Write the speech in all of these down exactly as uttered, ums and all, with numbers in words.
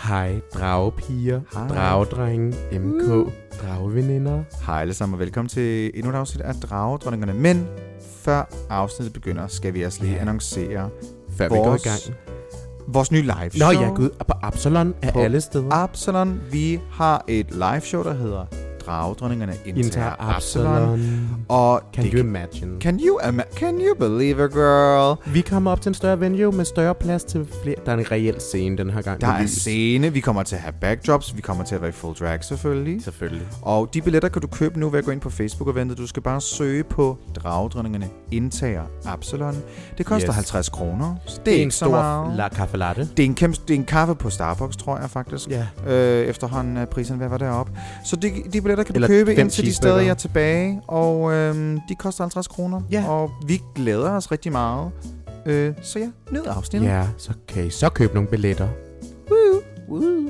Hej dragepiger, Hej. dragedrenge, M K, uh. drageveninder. Hej alle sammen og velkommen til endnu et afsnit af Dragedronningerne. Men før afsnittet begynder, skal vi altså lige Ja. annoncere Før vores, vi går i gang. vores nye live Nå show. ja, gud, og på Absalon er På alle steder. Absalon. Vi har et live show, der hedder Dragedronningerne Inter Inter Absalon. Absalon. Og Can det you imagine? Can you, ima- can you believe it, girl? Vi kommer op til en større venue med større plads til flere. Der er en reel scene den her gang. Der med er lys. scene, vi kommer til at have backdrops, vi kommer til at være i full drag selvfølgelig. Selvfølgelig. Og de billetter kan du købe nu ved at gå ind på Facebook-eventet. Du skal bare søge på Dragedronningerne Inter Absalon. Det koster Yes. halvtreds kroner. Det er, Det er en ikke så stor meget. la kaffe latte. Det er, en kæmpe, det er en kaffe på Starbucks, tror jeg faktisk. Ja. Øh, efterhånden er priserne ved at være deroppe. Så de, de billetter kan du Eller købe fem indtil de cheeseburger. steder, jeg er tilbage. Og øhm, de koster halvtreds kroner. Ja. Og vi glæder os rigtig meget. Øh, så ja, nyd afsnittet. Ja, så kan I så købe nogle billetter. Woo. Woo.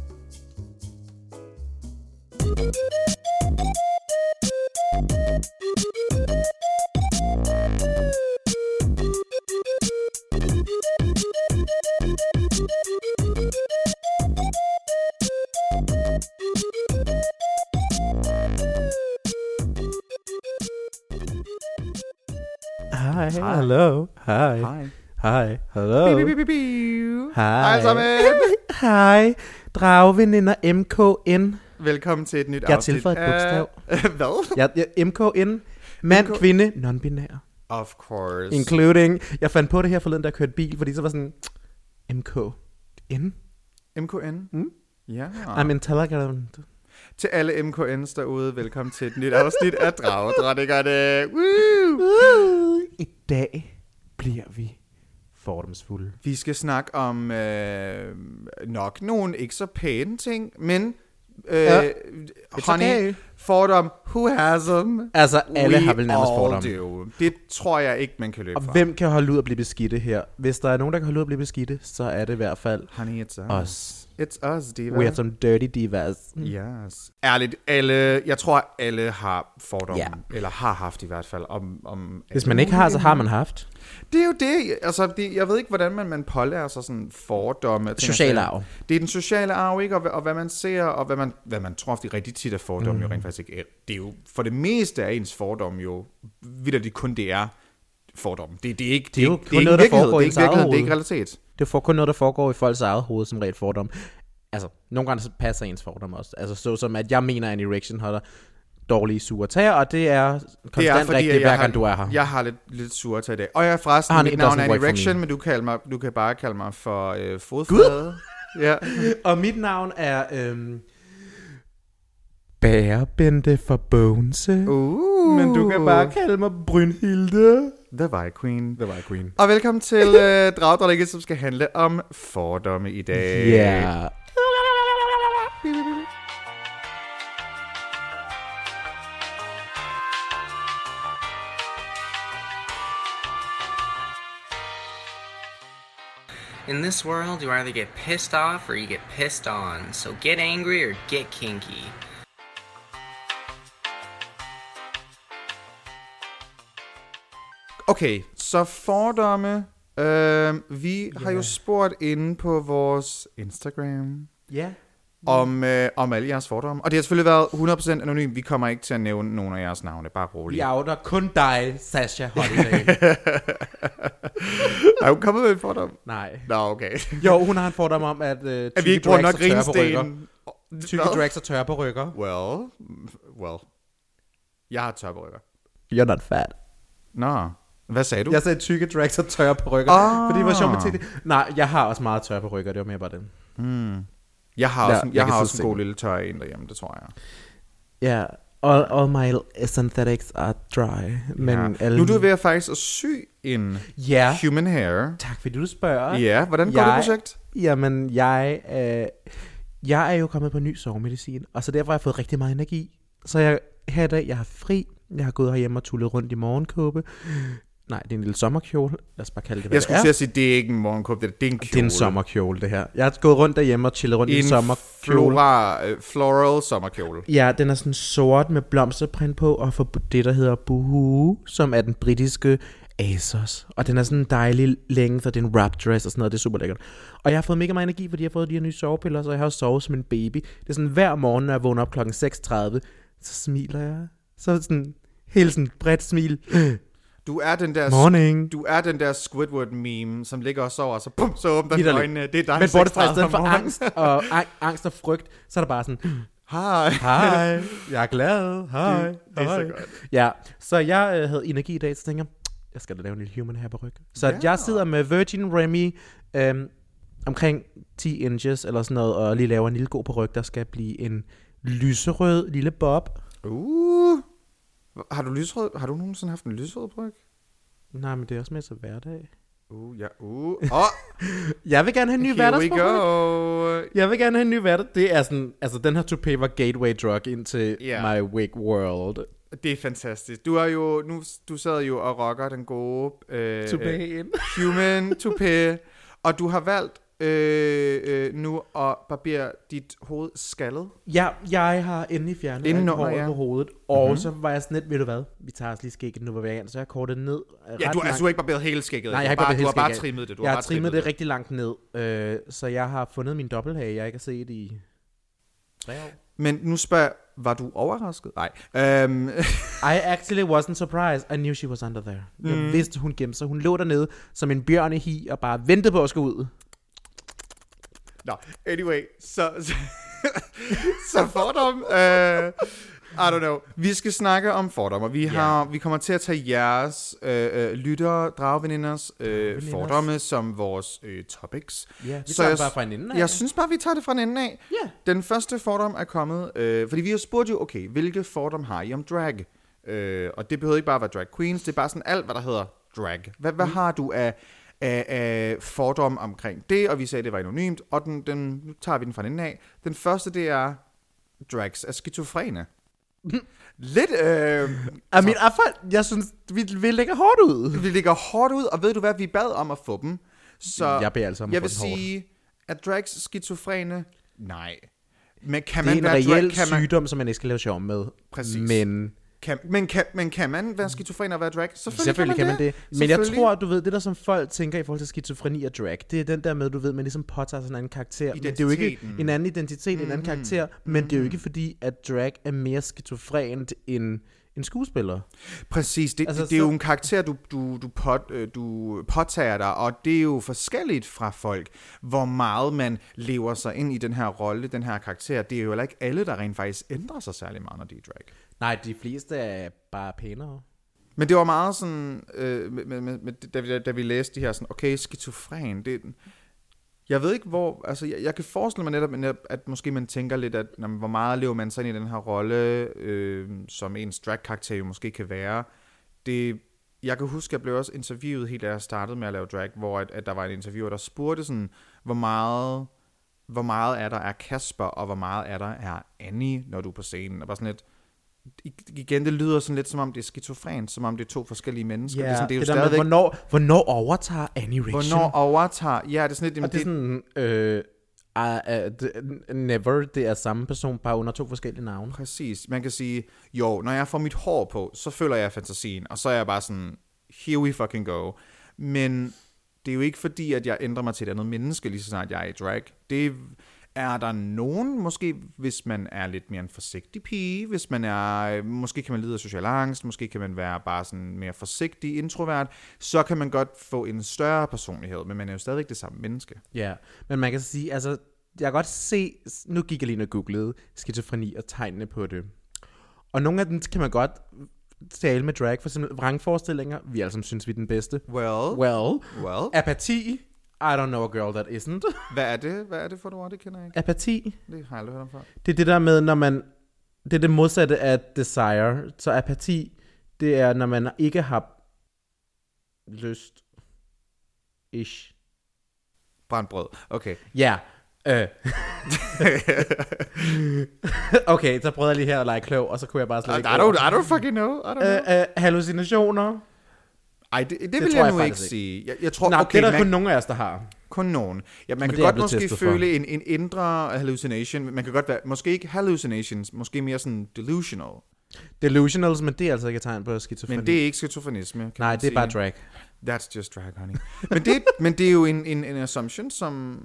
Hej, Hej. hello. Hej. Hej. Hej, hello. Bi, bi, bi, bi. Hej. Hej sammen. Hej, drageveninder M K N. Velkommen til et nyt Jeg har afsnit tilføjet et af- Hvad? Jeg, jeg, M K N. Mand, M K kvinde, non-binær. Of course. Including. Jeg fandt på det her forleden, da jeg kørte bil, fordi så var sådan, M K N. M K N? Mm. Ja. I'm intelligent. Til alle M K N's derude, velkommen til et nyt afsnit af Dragedronningerne. Woo! Uh, I dag bliver vi fordomsfulde. Vi skal snakke om øh, nok nogle ikke så pæne ting, men øh, Ja. honey, okay. fordom, who has them? Altså, alle We har vel nærmest all fordomme. do. Det tror jeg ikke, man kan løbe Og fra. hvem kan holde ud at blive beskidte her? Hvis der er nogen, der kan holde ud at blive beskidte, så er det i hvert fald Honey, it's us. os. It's us, diva. We are some dirty divas. Yes. Ærligt, alle, jeg tror, alle har fordomme, Ja. eller har haft i hvert fald, om... om Hvis man ikke har, så har man haft. Det er jo det, altså, det, jeg ved ikke, hvordan man, man pålærer sig sådan fordomme. ting og Social sager. arv. Det er den sociale arv, ikke? Og, hvad- og hvad man ser, og hvad man, hvad man tror ofte rigtig tit er fordomme, mm. jo rent faktisk ikke er. Det er jo, for det meste af ens fordomme jo, vitterligt kun det er fordomme. Det, det er ikke, Det er jo ikke- kun ikke noget, der virkelighed, foregår det i er ens ikke virkelighed, eget det er ikke hoved. realitet. Det får kun noget, der foregår i folks eget hoved som regel fordom. Altså, nogle gange så passer ens fordom også. Altså, så som at jeg mener, at en erection holder dårlige sure tæer, og det er konstant Det er fordi, rigtigt, at hver jeg gang har, du er her. jeg har lidt, lidt sur til i dag. Og jeg er forresten, Ah, mit it navn doesn't er work for Erection, me. men du, kalder mig, du kan bare kalde mig for øh, fodflade. Ja. Og mit navn er øhm, Bærebente for Bogense. Uh. Men du kan bare kalde mig Brynhilde. The Vi Queen. Det var Queen. Og velkommen til øh, Dragedronningerne, som skal handle om fordomme i dag. Yeah. In this world, you either get pissed off or you get pissed on. So get angry or get kinky. Okay, så fordomme. Øh, vi har jo spurgt inde på vores Instagram Ja. om, øh, om alle jeres fordomme. Og det har selvfølgelig været hundrede procent anonymt. Vi kommer ikke til at nævne nogen af jeres navne. Bare Vi roligt. outer kun dig, Sasha Holiday. Er hun kommet med en fordom? Nej. Nå, okay. Jo, hun har en fordom om, at uh, At vi ikke bruger nok grinsten. Tykke drags og tørre på rykker. Well, well. Jeg har tør på rykker. You're not fat. Nå, hvad sagde du? Jeg sagde tykke drags og tørre på rykker, Ah. fordi det var sjovt med T D. Nej, jeg har også meget tørre på rykker, det var mere bare det. Hmm. Jeg har Ja, også, jeg jeg har kan også en sidde god lille tør en derhjemme, det tror jeg. Ja, all, all my synthetics are dry. Men Ja. alle... Nu er du ved at faktisk at sy en Ja, human hair. tak fordi du spørger. Ja, hvordan går Jeg- det projekt? Jamen, jeg, øh, jeg er jo kommet på ny sovemedicin, og så derfor har jeg fået rigtig meget energi. Så jeg, her i dag, jeg har fri. Jeg har gået herhjemme og tullet rundt i morgenkåbe. Nej, det er en lille sommerkjole. Lad os bare kalde det, hvad Jeg det skulle er. til at sige, det er ikke en morgenkåb, det er, det er en kjole. Det er en sommerkjole, det her. Jeg har gået rundt derhjemme og chillet rundt i en En sommerkjole. flora, øh, floral sommerkjole. Ja, den er sådan sort med blomsterprint på, og for det, der hedder Boohoo, som er den britiske ASOS. Og den er sådan en dejlig length, og det er en wrap dress og sådan noget. Det er super lækkert. Og jeg har fået mega meget energi, fordi jeg har fået de her nye sovepiller, så jeg har sovet som en baby. Det er sådan hver morgen, når jeg vågner op klokken seks tredive, så smiler jeg. Så sådan helt sådan bredt smil. Du er den der Morning. Du er den der Squidward meme, som ligger og sover, og så bum, så åbner den øjnene. Det er dig. Men bortset fra i stedet for angst og, angst og frygt, så er der bare sådan, hej. Hej, jeg er glad. Hej. Det, det er hej. så godt. Ja, så jeg øh, havde energi i dag, så tænker jeg, jeg skal da lave en lille human hair på ryg. Så yeah. jeg sidder med Virgin Remy øhm, omkring ti inches eller sådan noget, og lige laver en lille god på ryg, der skal blive en lyserød lille bob. Uh. Har du lysrød? Har du nogensinde haft en lysrød bryg? Nej, men det er også med til hverdag. Uh, ja, uh. Oh. Jeg vil gerne have en ny Here hverdagsbryg. we go. Jeg vil gerne have en ny hverdag. Det er sådan, altså den her toupee var gateway drug ind til yeah. my wig world. Det er fantastisk. Du er jo nu, du sad jo og rocker den gode øh, Toupeen. human toupee, og du har valgt øh, øh, nu at barbere dit hoved skaldet. Ja, jeg har endelig fjernet Inden alt under, håret ja. på hovedet. Og Mm-hmm. så var jeg sådan lidt, ved du hvad, vi tager os lige skægget nu, hvor vi er igen. Så jeg kortet ned. Ja, du, altså, du har ikke barberet hele skægget. Nej, jeg har du har bare, ikke du har bare skægget. trimmet det. Du jeg har har bare trimmet det, det rigtig langt ned. Øh, så jeg har fundet min dobbelthage, jeg ikke har set i tre år. Men nu spørger var du overrasket? Nej. Um, I actually wasn't surprised. I knew she was under there. Jeg Mm. vidste, hun gemte sig. Hun lå dernede som en bjørn i hi og bare ventede på at skulle ud. Nå, anyway, så, så, så fordom, uh, I don't know. Vi skal snakke om fordomme. Vi, har, yeah. vi kommer til at tage jeres uh, uh, lyttere, drageveninders uh, fordomme som vores uh, topics. Ja, vi så tager jeg, bare fra en ende af. Jeg synes bare, vi tager det fra en ende af. Ja. Den første fordom er kommet, uh, fordi vi har spurgt jo, okay, hvilke fordom har I om drag? Uh, og det behøver ikke bare være drag queens, det er bare sådan alt, hvad der hedder drag. Hvad, hvad mm. har du af... Af, af fordom omkring det, og vi sagde, at det var anonymt, og den, den, nu tager vi den fra den af. Den første, det er, drags er skizofrene. Lidt, øh... I mean, jeg synes, vi, vi lægger hårdt ud. Vi lægger hårdt ud, og ved du hvad, vi bad om at få dem. Så jeg beder altså om jeg at vil få den sige, at drags skizofrene, nej. Men kan det er man en være reel drag, kan man... sygdom, som man ikke skal lave sjov med. Præcis. Men... Kan, men, kan, men kan man være skizofren og være drag? Selvfølgelig, Selvfølgelig kan man det. det. Men jeg tror, du ved, det der som folk tænker i forhold til skizofreni og drag, det er den der med, du ved, man ligesom påtager sådan en anden karakter. Men det er jo ikke en anden identitet, mm-hmm. en anden karakter, men mm-hmm. det er jo ikke fordi, at drag er mere skizofrent end en skuespiller. Præcis, det, altså, det, det er så... jo en karakter, du, du, du, pot, du påtager dig, og det er jo forskelligt fra folk, hvor meget man lever sig ind i den her rolle, den her karakter. Det er jo heller ikke alle, der rent faktisk ændrer sig særlig meget, når de er drag. Nej, de fleste er bare pænere. Men det var meget sådan, øh, med, med, med, da, vi, da vi læste de her sådan, okay, skizofren, det jeg ved ikke hvor, altså jeg, jeg kan forestille mig netop, netop, at måske man tænker lidt, at når, hvor meget lever man sig ind i den her rolle, øh, som ens drag-karakter jo måske kan være. Det, jeg kan huske, at jeg blev også interviewet helt da jeg startede med at lave drag, hvor at, at der var en interviewer, der spurgte sådan, hvor meget, hvor meget er der er Kasper, og hvor meget er der er Annie, når du er på scenen. Og bare sådan lidt, igen, det lyder sådan lidt som om det er skizofrent, som om det er to forskellige mennesker. Ja, det er, sådan, det er jo det stadigvæk... med, hvornår, hvornår overtager Annie Riction? Hvornår overtager... Ja, det er sådan lidt... Og det er sådan... Øh, uh, uh, never, det er samme person, bare under to forskellige navne. Præcis. Man kan sige, jo, når jeg får mit hår på, så føler jeg fantasien, og så er jeg bare sådan, here we fucking go. Men det er jo ikke fordi, at jeg ændrer mig til et andet menneske, lige så snart jeg er i drag. Det er der nogen, måske hvis man er lidt mere en forsigtig pige, hvis man er, måske kan man lide af social angst, måske kan man være bare sådan mere forsigtig, introvert, så kan man godt få en større personlighed, men man er jo stadigvæk det samme menneske. Ja, men man kan sige, altså, jeg kan godt se, nu gik jeg lige og googlede skizofreni og tegnene på det, og nogle af dem kan man godt tale med drag, for eksempel vrangforestillinger, vi alle sammen synes, vi er den bedste. Well. Well. Well. Apati. I don't know a girl that isn't. Hvad er det? Hvad er det for et ord? Det kender jeg ikke. Apati. Det har jeg aldrig hørt om før. Det er det der med, når man... Det er det modsatte af desire. Så apati, det er, når man ikke har lyst. Ish. Brandbrød. Okay. Ja. Yeah. Okay, så prøvede jeg lige her at lege klog, og så kunne jeg bare slet I, ikke... I, don't, I don't fucking know. I don't know. Uh, uh, hallucinationer. Ej, det, det, det vil jeg, jeg nu ikke ikke sige. Jeg, jeg tror, Nej, okay, det er der man, kun nogen af os, der har. Kun nogen. Ja, man Men kan godt måske føle en, en indre hallucination. Man kan godt være, måske ikke hallucinations, måske mere sådan delusional. Delusionals, men det er altså ikke et tegn på skizofreni. Men det er ikke skizofrenisme. Nej, det er bare drag. That's just drag, honey. men, det, men det er jo en, en, en assumption, som...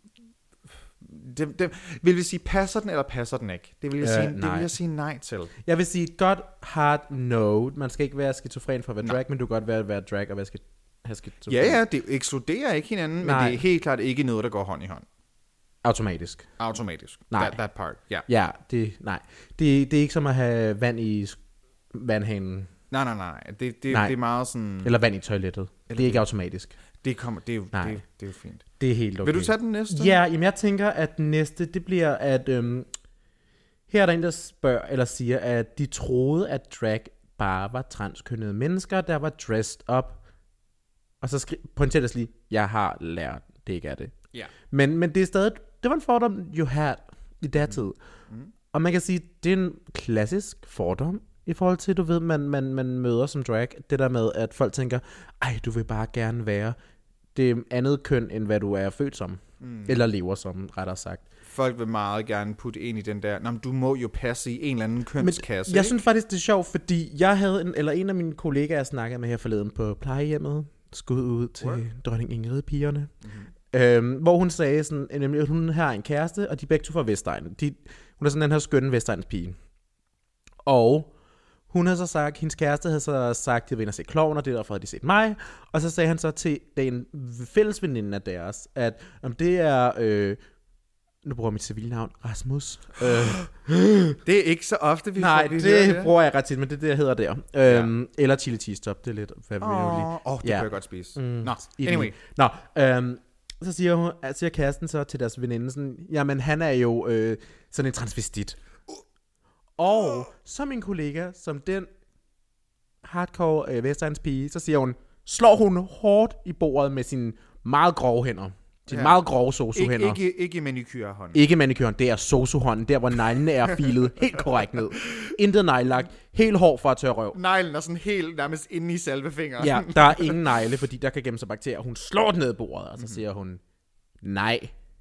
Det, det, vil vi sige, passer den, eller passer den ikke? Det vil jeg, øh, sige, det vil jeg sige nej til. Jeg vil sige, godt hard no. Man skal ikke være skizofren for at være nej. drag, men du kan godt være, være drag og være sk- have skizofren. Ja, ja, det ekskluderer ikke hinanden, nej. Men det er helt klart ikke noget, der går hånd i hånd. Automatisk. Automatisk. Nej. That, that part, ja. Yeah. Ja, det, nej. Det, det er ikke som at have vand i vandhanen. Nej, nej, nej. Det, det, nej. det er meget sådan... Eller vand i toilettet. Eller det er ikke automatisk. Det, kommer, det, er jo, det, det er jo fint. Det er helt okay. Vil du tage den næste? Ja, jamen jeg tænker, at den næste, det bliver, at øhm, her er der en, der spørger, eller siger, at de troede, at drag bare var transkønnede mennesker, der var dressed up. Og så skri- pointerer det lige, jeg har lært, det ikke er det. Ja. Men, men det er stadig, det var en fordom, you had i datid. Mm. Mm. Og man kan sige, det er en klassisk fordom, i forhold til, du ved, man, man, man møder som drag, det der med, at folk tænker, ej, du vil bare gerne være det andet køn, end hvad du er født som. Mm. Eller lever som, rettere sagt. Folk vil meget gerne putte ind i den der, nå, men du må jo passe i en eller anden kønskasse. Men jeg synes faktisk, det er sjovt, fordi jeg havde, en, eller en af mine kollegaer snakkede med her forleden på plejehjemmet, skud ud til What? dronning Ingrid-pigerne, mm-hmm. øhm, hvor hun sagde, sådan, nemlig, at hun har en kæreste, og de begge to fra Vestegnen. De, hun er sådan den her skønne Vestegns pige. Og hun havde så sagt, hendes kæreste havde så sagt, at de vil ind og se Klovn, og det derfor havde de set mig. Og så sagde han så til den fælles veninde af deres, at om det er, øh, nu bruger jeg mit civilnavn, Rasmus. øh, det er ikke så ofte, vi nej, får det, det bruger jeg ret tit, men det er det, jeg hedder der. Ja. Øhm, eller chili cheese top, det er lidt, hvad vi Åh, jo lige. oh, det ja. kan jeg godt spise. Mm, Nå, anyway. Nå, øhm, så siger, hun, siger kæresten så til deres veninde sådan, jamen han er jo øh, sådan en transvestit. Og så min kollega, som den hardcore øh, Vestegns pige, så siger hun, slår hun hårdt i bordet med sine meget grove hænder. Sine ja. meget grove sosu-hænder. Ik- ikke, ikke manikyrehånden. Ikke manikyrehånden, det er sosu-hånden, der hvor neglene er filet helt korrekt ned. Intet neglelak, helt hård fra at tørre røv. Neglen er sådan helt nærmest inde i salvefingeren. Ja, der er ingen negle, fordi der kan gemme sig bakterier. Hun slår den ned i bordet, og så mm-hmm. siger hun, nej,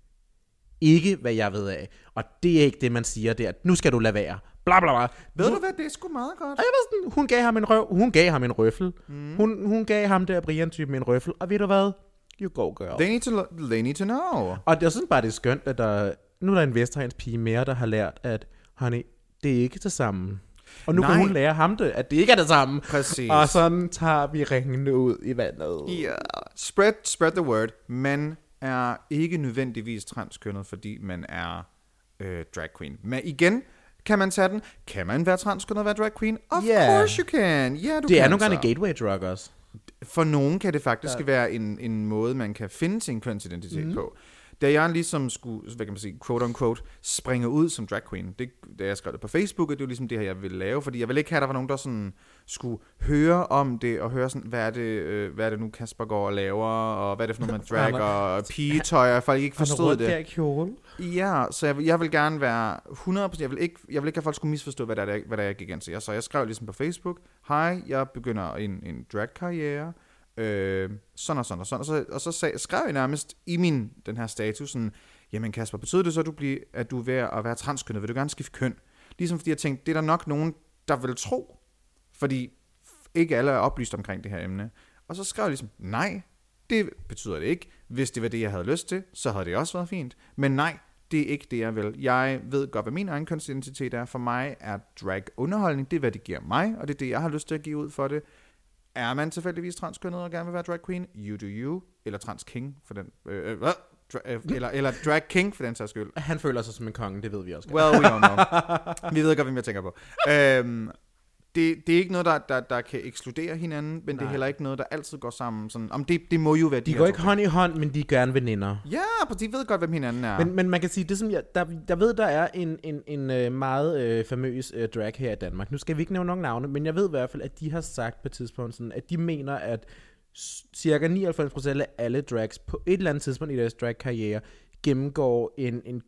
ikke hvad jeg ved af. Og det er ikke det, man siger, det er, nu skal du lade være. Bla, bla, bla. Ved hun, du hvad, det er sgu meget godt. Og jeg var sådan, hun gav ham en røv, hun gav ham en røffel. Mm. Hun, hun gav ham der Brian-typen en røffel. Og ved du hvad? You go, girl. They need to, they need to know. Og jeg synes bare, det er skønt, at der, nu er der en Vestegns pige mere, der har lært, at honey, det er ikke det samme. Og nu Nej. kan hun lære ham det, at det ikke er det samme. Præcis. Og sådan tager vi ringene ud i vandet. Ja, yeah. spread, spread the word. Man er ikke nødvendigvis transkønnet, fordi man er øh, drag queen. Men igen, kan man tage den? Kan man være transkønnet og være drag queen? Of yeah. course you can. Ja, du det kan er nogle så. gange gateway drug også. For nogen kan det faktisk ja. være en, en måde, man kan finde sin kønsidentitet mm. på. Da jeg ligesom skulle, hvad kan man sige, quote unquote, springe ud som drag queen, det, da jeg skrev det på Facebook, og det var ligesom det her, jeg ville lave, fordi jeg ville ikke have, at der var nogen, der sådan skulle høre om det, og høre sådan, hvad er det, øh, hvad er det nu Kasper går og laver, og hvad er det for noget med drag og pigetøj, og folk ikke forstod det. Han kjole. Ja, så jeg, jeg vil gerne være hundrede procent, jeg vil ikke, jeg vil ikke have, at folk skulle misforstå, hvad der er, hvad der er, jeg gik ind til. Så jeg skrev ligesom på Facebook, hej, jeg begynder en, en drag-karriere, Øh, sådan og sådan og sådan. Og så, og så sag, skrev jeg nærmest i min, den her status, sådan, jamen Kasper, betyder det så, at du, bliver, at du er ved at være transkønnet? Vil du gerne skifte køn? Ligesom fordi jeg tænkte, det er der nok nogen, der vil tro. Fordi ikke alle er oplyst omkring det her emne. Og så skrev jeg ligesom, nej, det betyder det ikke. Hvis det var det, jeg havde lyst til, så havde det også været fint. Men nej, det er ikke det, jeg vil. Jeg ved godt, hvad min egen kønsidentitet er. For mig er drag underholdning, det er, hvad det giver mig, og det er det, jeg har lyst til at give ud for det. Er man tilfældigvis transkønnet og gerne vil være drag queen? You do you. Eller trans king for den... Øh, øh, øh, eller, eller drag king for den sags skyld. Han føler sig som en konge, det ved vi også godt. Well, we don't know. Vi ved godt, hvem jeg tænker på. Øhm, det, det er ikke noget, der, der, der kan ekskludere hinanden, men Nej. det er heller ikke noget, der altid går sammen. Sådan, om det, det må jo være de, de går ikke hånd i hånd, men de er gerne veninder. Ja, de ved godt, hvem hinanden er. Men, men man kan sige, det som jeg, der, der ved, der er en, en, en øh, meget øh, famøs øh, drag her i Danmark. Nu skal vi ikke nævne nogen navne, men jeg ved i hvert fald, at de har sagt på et tidspunkt, sådan, at de mener, at cirka nioghalvfems procent af alle drags på et eller andet tidspunkt i deres drag-karriere gennemgår en, en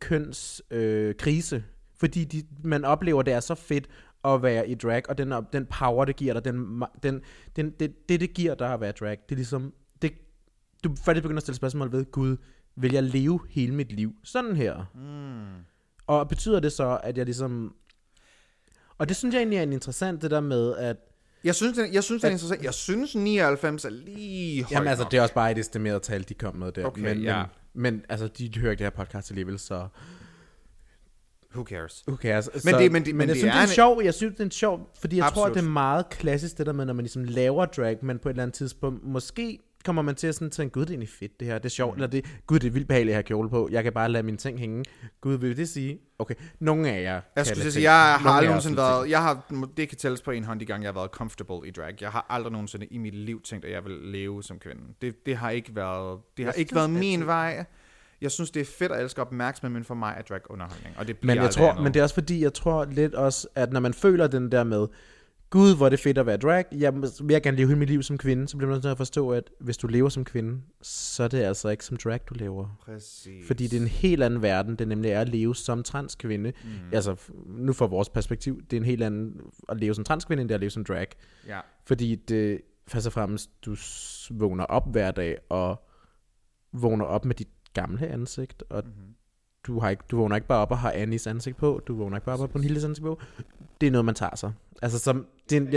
kønskrise. Øh, fordi de, man oplever, at det er så fedt at være i drag, og den, den power, det giver dig, den, den, den, det, det, det giver dig at være drag, det er ligesom, det, du faktisk begynder at stille spørgsmål ved, Gud, vil jeg leve hele mit liv sådan her? Mm. Og betyder det så, at jeg ligesom, Og det synes jeg egentlig er en interessant, det der med, at... Jeg synes, det, jeg synes, det er interessant. Jeg synes, nioghalvfems er lige højt. Jamen altså, det er også bare et estimeret tal, de kom med der. Okay, men, ja. men, men altså, de hører ikke det her podcast alligevel, så... Who cares? Who cares? Men, så, det, men, det, men men jeg det synes, er det er en... sjov, jeg synes, det er en sjov, fordi jeg Absolut. tror, det er meget klassisk, det der med, når man ligesom laver drag, men på et eller andet tidspunkt, måske kommer man til at sådan tænke, gud, det er egentlig fedt, det her, det er sjovt, mm. eller det, gud, det er vildt behageligt at have kjole på, jeg kan bare lade mine ting hænge. Gud, vil det sige? Okay, nogle af jer Jeg skulle det sige, jeg har aldrig jer nogensinde synes været, jeg har, det kan tælles på en hånd de gange, jeg har været comfortable i drag. Jeg har aldrig nogensinde i mit liv tænkt, at jeg vil leve som kvinde. Det, det har ikke været, det har Jeg ikke synes, været at min det- vej. Jeg synes, det er fedt at elske opmærksomhed, men for mig er drag underholdning, og det bliver Men jeg aldrig tror, andet. men det er også fordi, jeg tror lidt også, at når man føler den der med, gud, hvor er det fedt at være drag, jeg vil jeg gerne leve hele mit liv som kvinde, så bliver man nødt til at forstå, at hvis du lever som kvinde, så er det altså ikke som drag, du lever. Præcis. Fordi det er en helt anden verden, det nemlig er at leve som transkvinde. Mm. Altså, nu fra vores perspektiv, det er en helt anden at leve som transkvinde, end det er at leve som drag. Ja. Fordi det, først og fremmest, du s- vågner op hver dag, og vågner op med dit gamle ansigt, og Mm-hmm. du, har ikke, du vågner ikke bare op og har Annies ansigt på, du vågner ikke bare op og har Brunhildes ansigt på. Det er noget, man tager sig. Altså, som, det er en, ja,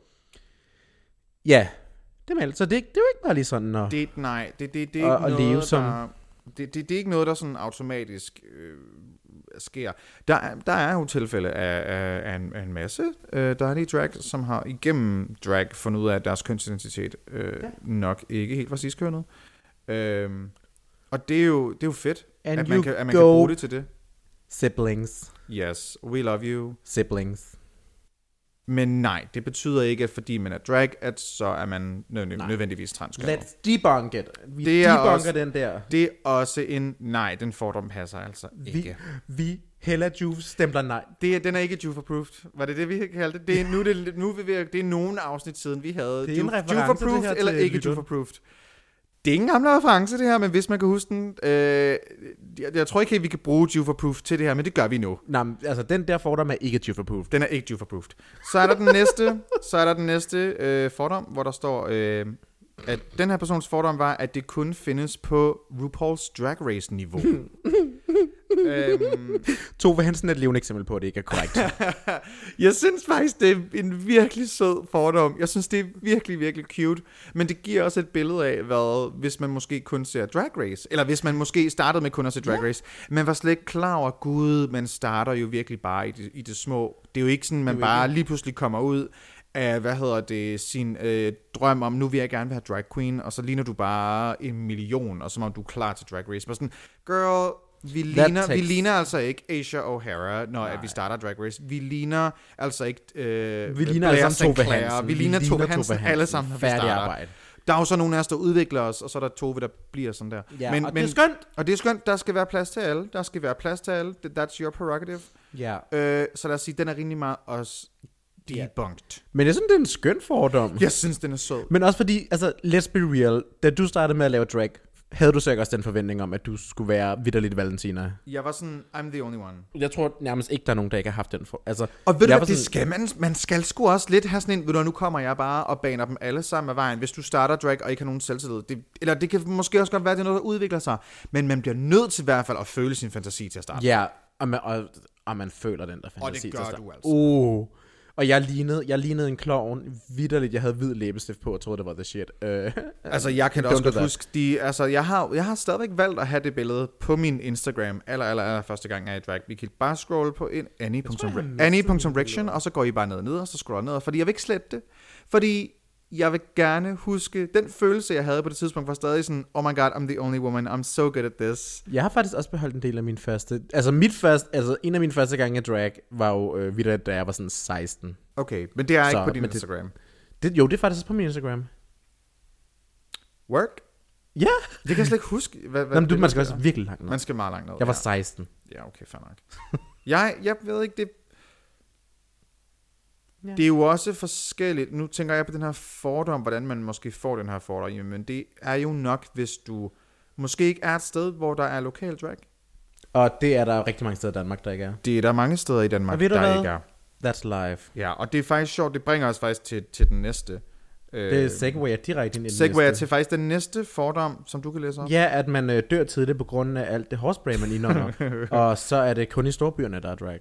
ja, det er, så det, det er jo ikke bare lige sådan, når, Det, nej, det, det, det er Og- ikke og noget, leve som- der... Det, det, det er ikke noget, der sådan automatisk øh, sker. Der, er- der er jo tilfælde af, af, af, en, af en masse øh, dejlige drag, som har igennem drag fundet ud af, at deres kønsidentitet øh, ja. nok ikke helt var sidstkønnet. Øh, og det er jo, det er jo fedt, And at man, you kan, at man go- kan bruge det til det. siblings, Yes, we love you. siblings. Men nej, det betyder ikke, at fordi man er drag, at så er man nø- Nej. nødvendigvis transkønnet. Let's debunk it. Vi Det er debunker også- den der. Det er også en nej, den fordom passer altså Vi, ikke. vi Hella Juve stempler nej. Det er, den er ikke Juve-approved. Var det det, vi kaldte det? Det er, nu, er det, nu er vi ved, det er nogle afsnit siden, vi havde Det er en Juve- reference, det her, Juve-approved eller til ikke lytteren. Juve-approved. Det er ikke en gammel reference, det her, men hvis man kan huske den. Øh, jeg, jeg tror ikke helt, vi kan bruge Juve-approved til det her, men det gør vi nu. Nej, men, altså den der fordom er ikke Juve approved. Den er ikke Juve-approved. Så er der den næste, så er der den næste øh, fordom, hvor der står, øh, at den her persons fordom var, at det kun findes på RuPaul's Drag Race-niveau. øhm, Tove Hansen er et levende eksempel på, at det ikke er korrekt. Jeg synes faktisk, det er en virkelig sød fordom. Jeg synes, det er virkelig, virkelig cute. Men det giver også et billede af, hvad hvis man måske kun ser Drag Race. Eller hvis man måske startede med kun at se Drag Race. Man var slet ikke klar over, gud, man starter jo virkelig bare i det, i det små. Det er jo ikke sådan, man bare ikke lige pludselig kommer ud af, hvad hedder det, sin øh, drøm om, nu vil jeg gerne være drag queen, og så ligner du bare en million, og så om du er klar til Drag Race. Bare sådan, girl, vi ligner, takes- vi ligner altså ikke Asia O'Hara, når at vi starter Drag Race. Vi ligner altså ikke øh, Vi ligner Blair alle sammen Saint Tove Clair. Hansen. Vi ligner Tove Hansen, alle sammen, når vi Færdig starter. arbejde. Der er jo så nogle af os, der udvikler os, og så er der Tove, der bliver sådan der. Ja, men, og det er skønt. Og det er skønt, der skal være plads til alle. Der skal være plads til alle. That's your prerogative. Ja. Øh, så lad os sige, den er rimelig meget også debunked. Men jeg synes, det er en skøn fordom. Jeg synes, den er sød. Men også fordi, altså, let's be real, da du startede med at lave drag, havde du så ikke også den forventning om, at du skulle være vitterligt Valentina? Jeg var sådan, I'm the only one. Jeg tror nærmest ikke, der er nogen, der ikke har haft den for. Altså, Og ved du jeg hvad, var det skal man, man skal sgu også lidt have sådan en, ved du, nu kommer jeg bare og baner dem alle sammen af vejen, hvis du starter drag og ikke har nogen selvtillid. Det, eller det kan måske også godt være, at det er noget, der udvikler sig, men man bliver nødt til i hvert fald at føle sin fantasi til at starte. Ja, og man, og, og man føler den der fantasi. Og det til gør at starte. du altså. Uh. Og jeg lignede, jeg lignede en klovn, vitterligt. Jeg havde hvid læbestift på, og troede, det var the shit. Uh, Altså, jeg kan da Don't også do godt that. huske, de, altså, jeg har, jeg har stadigvæk valgt at have det billede på min Instagram, aller, aller, aller første gang, jeg er i drag. Vi kan bare scrolle på en annie punktum rection, og så går I bare ned og ned, og så scroller ned, fordi jeg vil ikke slette det. Fordi jeg vil gerne huske, den følelse, jeg havde på det tidspunkt, var stadig sådan, oh my god, I'm the only woman, I'm so good at this. jeg har faktisk også beholdt en del af min første... Altså, mit første, altså en af mine første gange i drag var jo øh, vitterligt, da jeg var sådan seksten. Okay, men det er Så, ikke på din men det- Instagram. Det, jo, det er faktisk også på min Instagram. Work? Ja! Det kan jeg slet ikke huske. Hvad, hvad Nå, men du, det man skal er. også virkelig langt ned. Man skal meget langt ned. Jeg var ja. seksten. Ja, okay, fair nok. jeg, jeg ved ikke, det... Ja. Det er jo også forskelligt. Nu tænker jeg på den her fordom, hvordan man måske får den her fordom. Men det er jo nok, hvis du måske ikke er et sted, hvor der er lokal drag. Og det er der rigtig mange steder i Danmark, der ikke er. Det er der mange steder i Danmark, Og ved du der hvad? ikke er. That's live. Ja, og det er faktisk sjovt. Det bringer os faktisk til, til den næste. Det er segway direkte ind i den Segway næste. til faktisk den næste fordom, som du kan læse op. Ja, at man øh, dør tidligt på grund af alt det hårspray, man indånder. Og så er det kun i storbyerne, der er drag.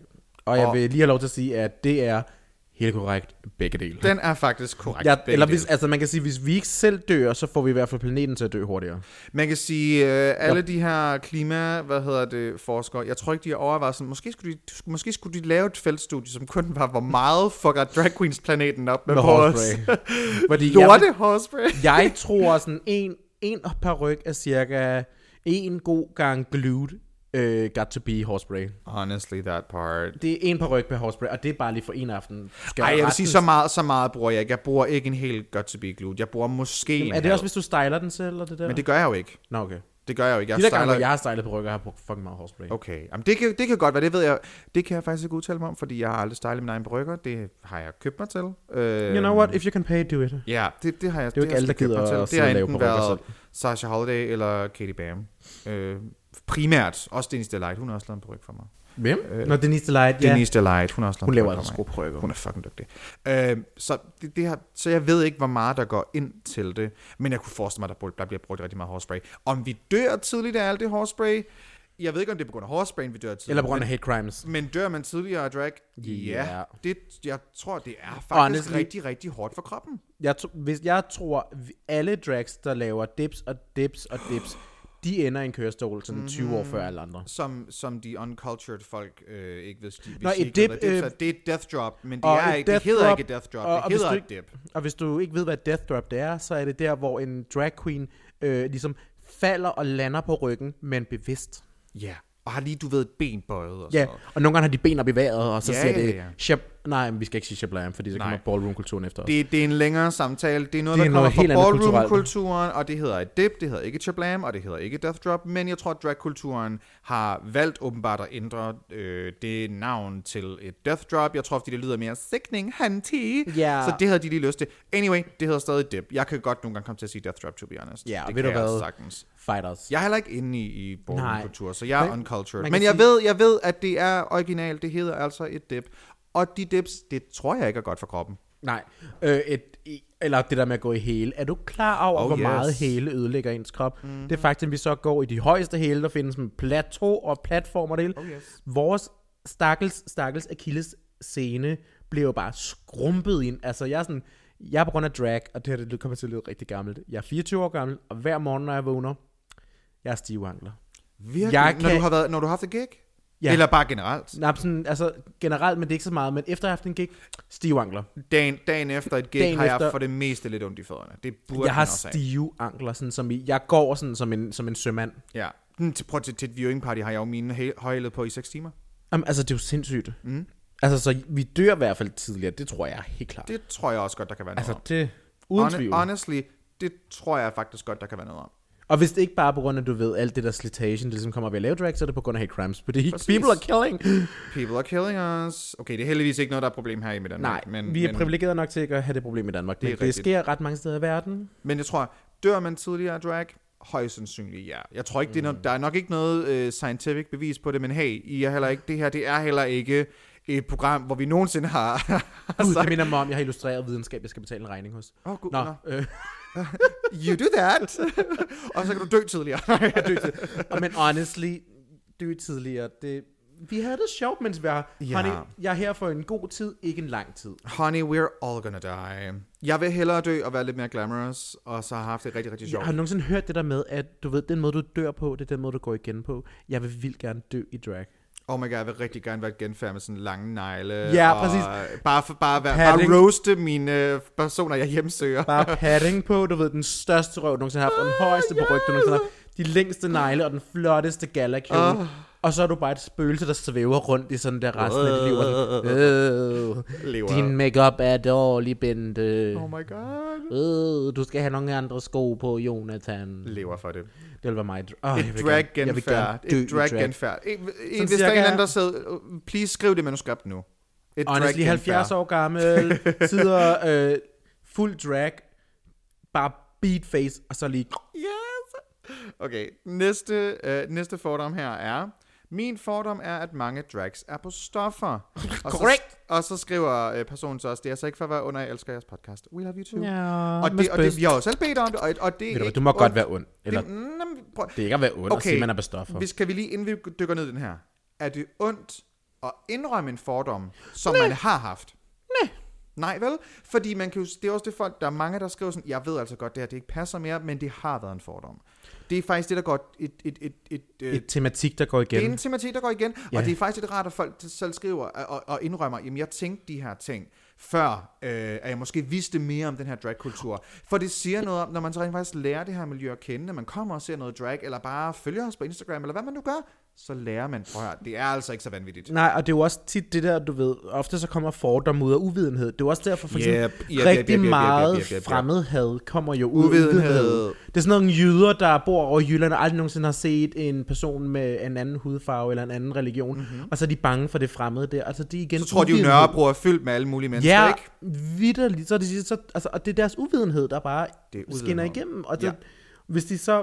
Og jeg Og- vil lige have lov til at sige, at det er helt korrekt begge dele. Den er faktisk korrekt. Ja, begge eller hvis, dele. altså man kan sige, hvis vi ikke selv dør, så får vi i hvert fald planeten til at dø hurtigere. Man kan sige, øh, alle de her klima, hvad hedder det, forskere, jeg tror ikke, de har overvejet sådan, måske skulle de, måske skulle de lave et feltstudie, som kun var, hvor meget fucker drag queens planeten op med, Med vores hårspray. Fordi lorte jeg, hårspray. jeg tror sådan en, en peruk er cirka en god gang glued uh, got to be hårspray. Honestly, that part. Det er en peruk per hårspray, og det er bare lige for en aften. Skal Ej, jeg vil resten- sige, så meget, så meget bruger jeg ikke. Jeg bruger ikke en helt godt to be glued. Jeg bruger måske en Er det halv. også, hvis du styler den selv, eller det der? Men det gør jeg jo ikke. Nå, okay. Det gør jeg jo ikke. Jeg De der gange, styler... hvor jeg har stylet perukker, har jeg brugt fucking meget hårspray. Okay, jamen det kan, det kan godt være, det ved jeg. Det kan jeg faktisk ikke udtale mig om, fordi jeg har aldrig stylet mine egne perukker. Det har jeg købt mig til. Øh, You know what? If you can pay, do it. Ja, det, det har jeg. Det er jo ikke har alle, der jeg købt mig gider til. at Det har sidde og lave enten perukker været Sasha Holiday eller Katie Bam. Øh, primært. Også Denise Delight. Hun har også lavet en peruk for mig. Hvem? Øh, Nå, Denise Delight, ja. Denise Delight. Hun har også lavet Hun en laver peruk altså for sko mig. perukker. Hun er fucking dygtig. Øh, så, det, det har, så jeg ved ikke, hvor meget der går ind til det. Men jeg kunne forestille mig, at der, der bliver brugt rigtig meget hårspray. Om vi dør tidligt af alt det hårspray, jeg ved ikke, om det er på grund af hårsprayen, vi dør tidligt. Eller på grund af men, hate crimes. men dør man tidligere af drag? Ja. Ja. Det, jeg tror, det er faktisk Honestly. rigtig, rigtig hårdt for kroppen. Jeg, tro- hvis jeg tror, vi- alle drags, der laver dips og dips og dips, de ender i en kørestol sådan tyve år før alle andre. Som, som de uncultured folk øh, ikke ved, hvis Nå, de et ikke dip, ved, hvad dips øh, er. Det er et death drop, men det, og er et ikke, det death hedder drop, ikke et death drop, og- det og hvis hedder du et ikke- dip. Og hvis du ikke ved, hvad death drop det er, så er det der, hvor en drag queen øh, ligesom falder og lander på ryggen, men bevidst. Ja, og har lige, du ved, et ben bøjet og Ja, sådan noget. og nogle gange har de ben op i vejret, og så Ja, siger ja, det, ja. Shab- nej, vi skal ikke sige shablam, fordi så Nej. kommer ballroom-kulturen efter os. Det, det er en længere samtale. Det er noget, Det er der kommer noget helt fra andet kulturelt. ballroom-kulturen, og det hedder et dip, det hedder ikke et chablam, og det hedder ikke death drop, men jeg tror, at drag-kulturen har valgt åbenbart at ændre øh, det navn til et death drop. Jeg tror, fordi det lyder mere sickening, hanti. Ja. Så det havde de lige lyst til. Anyway, det hedder stadig dip. Jeg kan godt nogle gange komme til at sige death drop, to be honest. Ja, det ved kan du jeg hvad? sagtens. Fighters. Jeg er heller ikke inde i, i ballroom-kultur, så jeg er Man- uncultured. man Men kan jeg sige- ved, jeg ved, at det er originalt. Det hedder altså et dip. Og de dips, det tror jeg ikke er godt for kroppen. Nej, øh, et, i- eller det der med at gå i hæle. Er du klar over, Oh, hvor yes. meget hæle ødelægger ens krop? Mm-hmm. Det er faktisk, at vi så går i de højeste hæle, der findes med plateau og platformer og det hele. Oh, yes. Vores stakkels, stakkels Achilles scene bliver jo bare skrumpet ind. Altså, jeg er sådan, jeg er på grund af drag, og det her det kommer til at lyde rigtig gammelt. Jeg er fireogtyve år gammel, og hver morgen, når jeg vågner, jeg er stive ankler. Virkelig? Jeg Når, kan- du har været, når du har haft et gig? Ja. Eller bare generelt? Nej, sådan, altså generelt, men det er ikke så meget. Men efter jeg har haft en gig, stive ankler. Dagen, dagen efter et gig Dagen har jeg efter- for det meste lidt ondt i fødderne. Det burde Jeg har man også have. stive ankler, sådan som i, jeg går sådan som en, som en sømand. Ja. Hmm, til, prøv til, til et viewing party har jeg jo mine hæ- højled på i seks timer. Jamen, altså, det er jo sindssygt. Mm. Altså, så vi dør i hvert fald tidligere. Det tror jeg helt klart. Det tror jeg også godt, der kan være noget altså, om. det uden Hon- tvivl. Honestly, det tror jeg faktisk godt, der kan være noget om. Og hvis det ikke bare er på grund af, at du ved, alt det der slitation, det ligesom kommer ved at lave drag, så er det på grund af hate crimes. Fordi Præcis. people are killing. People are killing us. Okay, det er heldigvis ikke noget, der er et problem her i Danmark. Nej, men, vi er men, privilegerede nok til ikke at have det problem i Danmark. Det er Men det rigtigt. sker ret mange steder i verden. men jeg tror, dør man tidligere af drag? Højst sandsynligt, ja. Jeg tror ikke, det er noget, der er nok ikke noget uh, scientific bevis på det, men hey, I er heller ikke, det her det er heller ikke et program, hvor vi nogensinde har, har Gud, det sagt, minder mig om, jeg har illustreret videnskab, jeg skal betale en regning hos. oh, gud, Nå, nå. øh, You do that. Og så kan du dø tidligere. dø til. Og men honestly, dø tidligere, det... Vi havde det sjovt, mens vi var... Ja. Honey, jeg er her for en god tid, ikke en lang tid. Honey, we're all gonna die. Jeg vil hellere dø og være lidt mere glamorous, og så har haft det rigtig, rigtig Jeg sjovt. har nogensinde hørt det der med, at du ved, den måde, du dør på, det er den måde, du går igen på. Jeg vil vildt gerne dø i drag. Oh my god, jeg vil rigtig gerne være et genfærd med sådan lange negle. Ja, og præcis. Bare, for, bare, være, Padding. bare roaste mine øh, personer, jeg hjemsøger. Bare padding på, du ved, den største røv, du nogensinde har haft, og den højeste på ryg, du nogensinde har haft, de længste negle, og den flotteste galakjole. Åh. Og så er du bare et spøgelse, der svæver rundt i sådan der resten af dit liv. og sådan, Øh, Lever. din makeup er dårlig, Bente. Oh my god. Øh, du skal have nogle andre sko på, Jonathan. Lever for det. Det vil være mig. Oh, Et drag genfærd. Et drag genfærd. Hvis der er en eller anden, der sidder, please skriv det manuskript nu. Et Honestly, halvfjerds år gammel, sidder øh, fuld drag, bare beat face, og så lige... Yes. Okay, næste, øh, næste fordom her er... Min fordom er, at mange drags er på stoffer. Og så, Korrekt. og så skriver øh, personen så også, det er altså ikke for at være under, jeg elsker jeres podcast. We love you too. Ja, og, det, og det, vi har jo selv bedt om det, og, og det er Ved du, hvad, ikke du må godt ondt. være ond. Eller, Det, mm, prøv, det er ikke at være ond, okay. at sige, man er på stoffer. Hvis kan vi lige, inden vi dykker ned i den her. Er det ondt at indrømme en fordom, som Nej. man har haft. Nej. Nej, vel? Fordi man kan jo, det er også det folk, der er mange, der skriver sådan, jeg ved altså godt, det her det ikke passer mere, men det har været en fordom. Det er faktisk det, der går et... Et, et, et, et, et tematik, der går igen. Det er en tematik, der går igen, ja. Og det er faktisk lidt rart, at folk selv skriver og, og indrømmer, jamen jeg tænkte de her ting, før øh, at jeg måske vidste mere om den her dragkultur. For det siger noget om, når man så rent faktisk lærer det her miljø at kende, når man kommer og ser noget drag, eller bare følger os på Instagram, eller hvad man nu gør, så lærer man, prøv her, det er altså ikke så vanvittigt. Nej, og det er jo også tit det der, du ved, ofte så kommer fordomme ud af uvidenhed. Det er jo også derfor, for eksempel, yep, yep, rigtig yep, yep, meget yep, yep, yep, yep. fremmedhad kommer jo ud af uvidenhed. uvidenhed. Det er sådan nogle jyder, der bor over i Jylland, og aldrig nogensinde har set en person med en anden hudfarve, eller en anden religion, mm-hmm. og så er de bange for det fremmede der. Altså, de igen så tror de jo, Nørrebro er fyldt med alle mulige mennesker, ja, ikke? vitterligt. Så er det, så, altså, og det er deres uvidenhed, der bare skinner igennem. Og det, ja. Hvis de så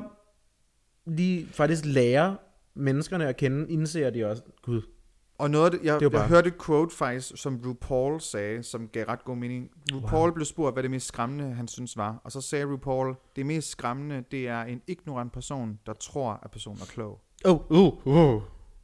lige faktisk lærer menneskerne at kende, indser de også, gud. Og noget af det, jeg, det jeg hørte et quote faktisk, som RuPaul sagde, som gav ret god mening. RuPaul wow. blev spurgt, hvad det mest skræmmende, han synes var. Og så sagde RuPaul, det mest skræmmende, det er en ignorant person, der tror, at personen er klog. Oh, uh, uh.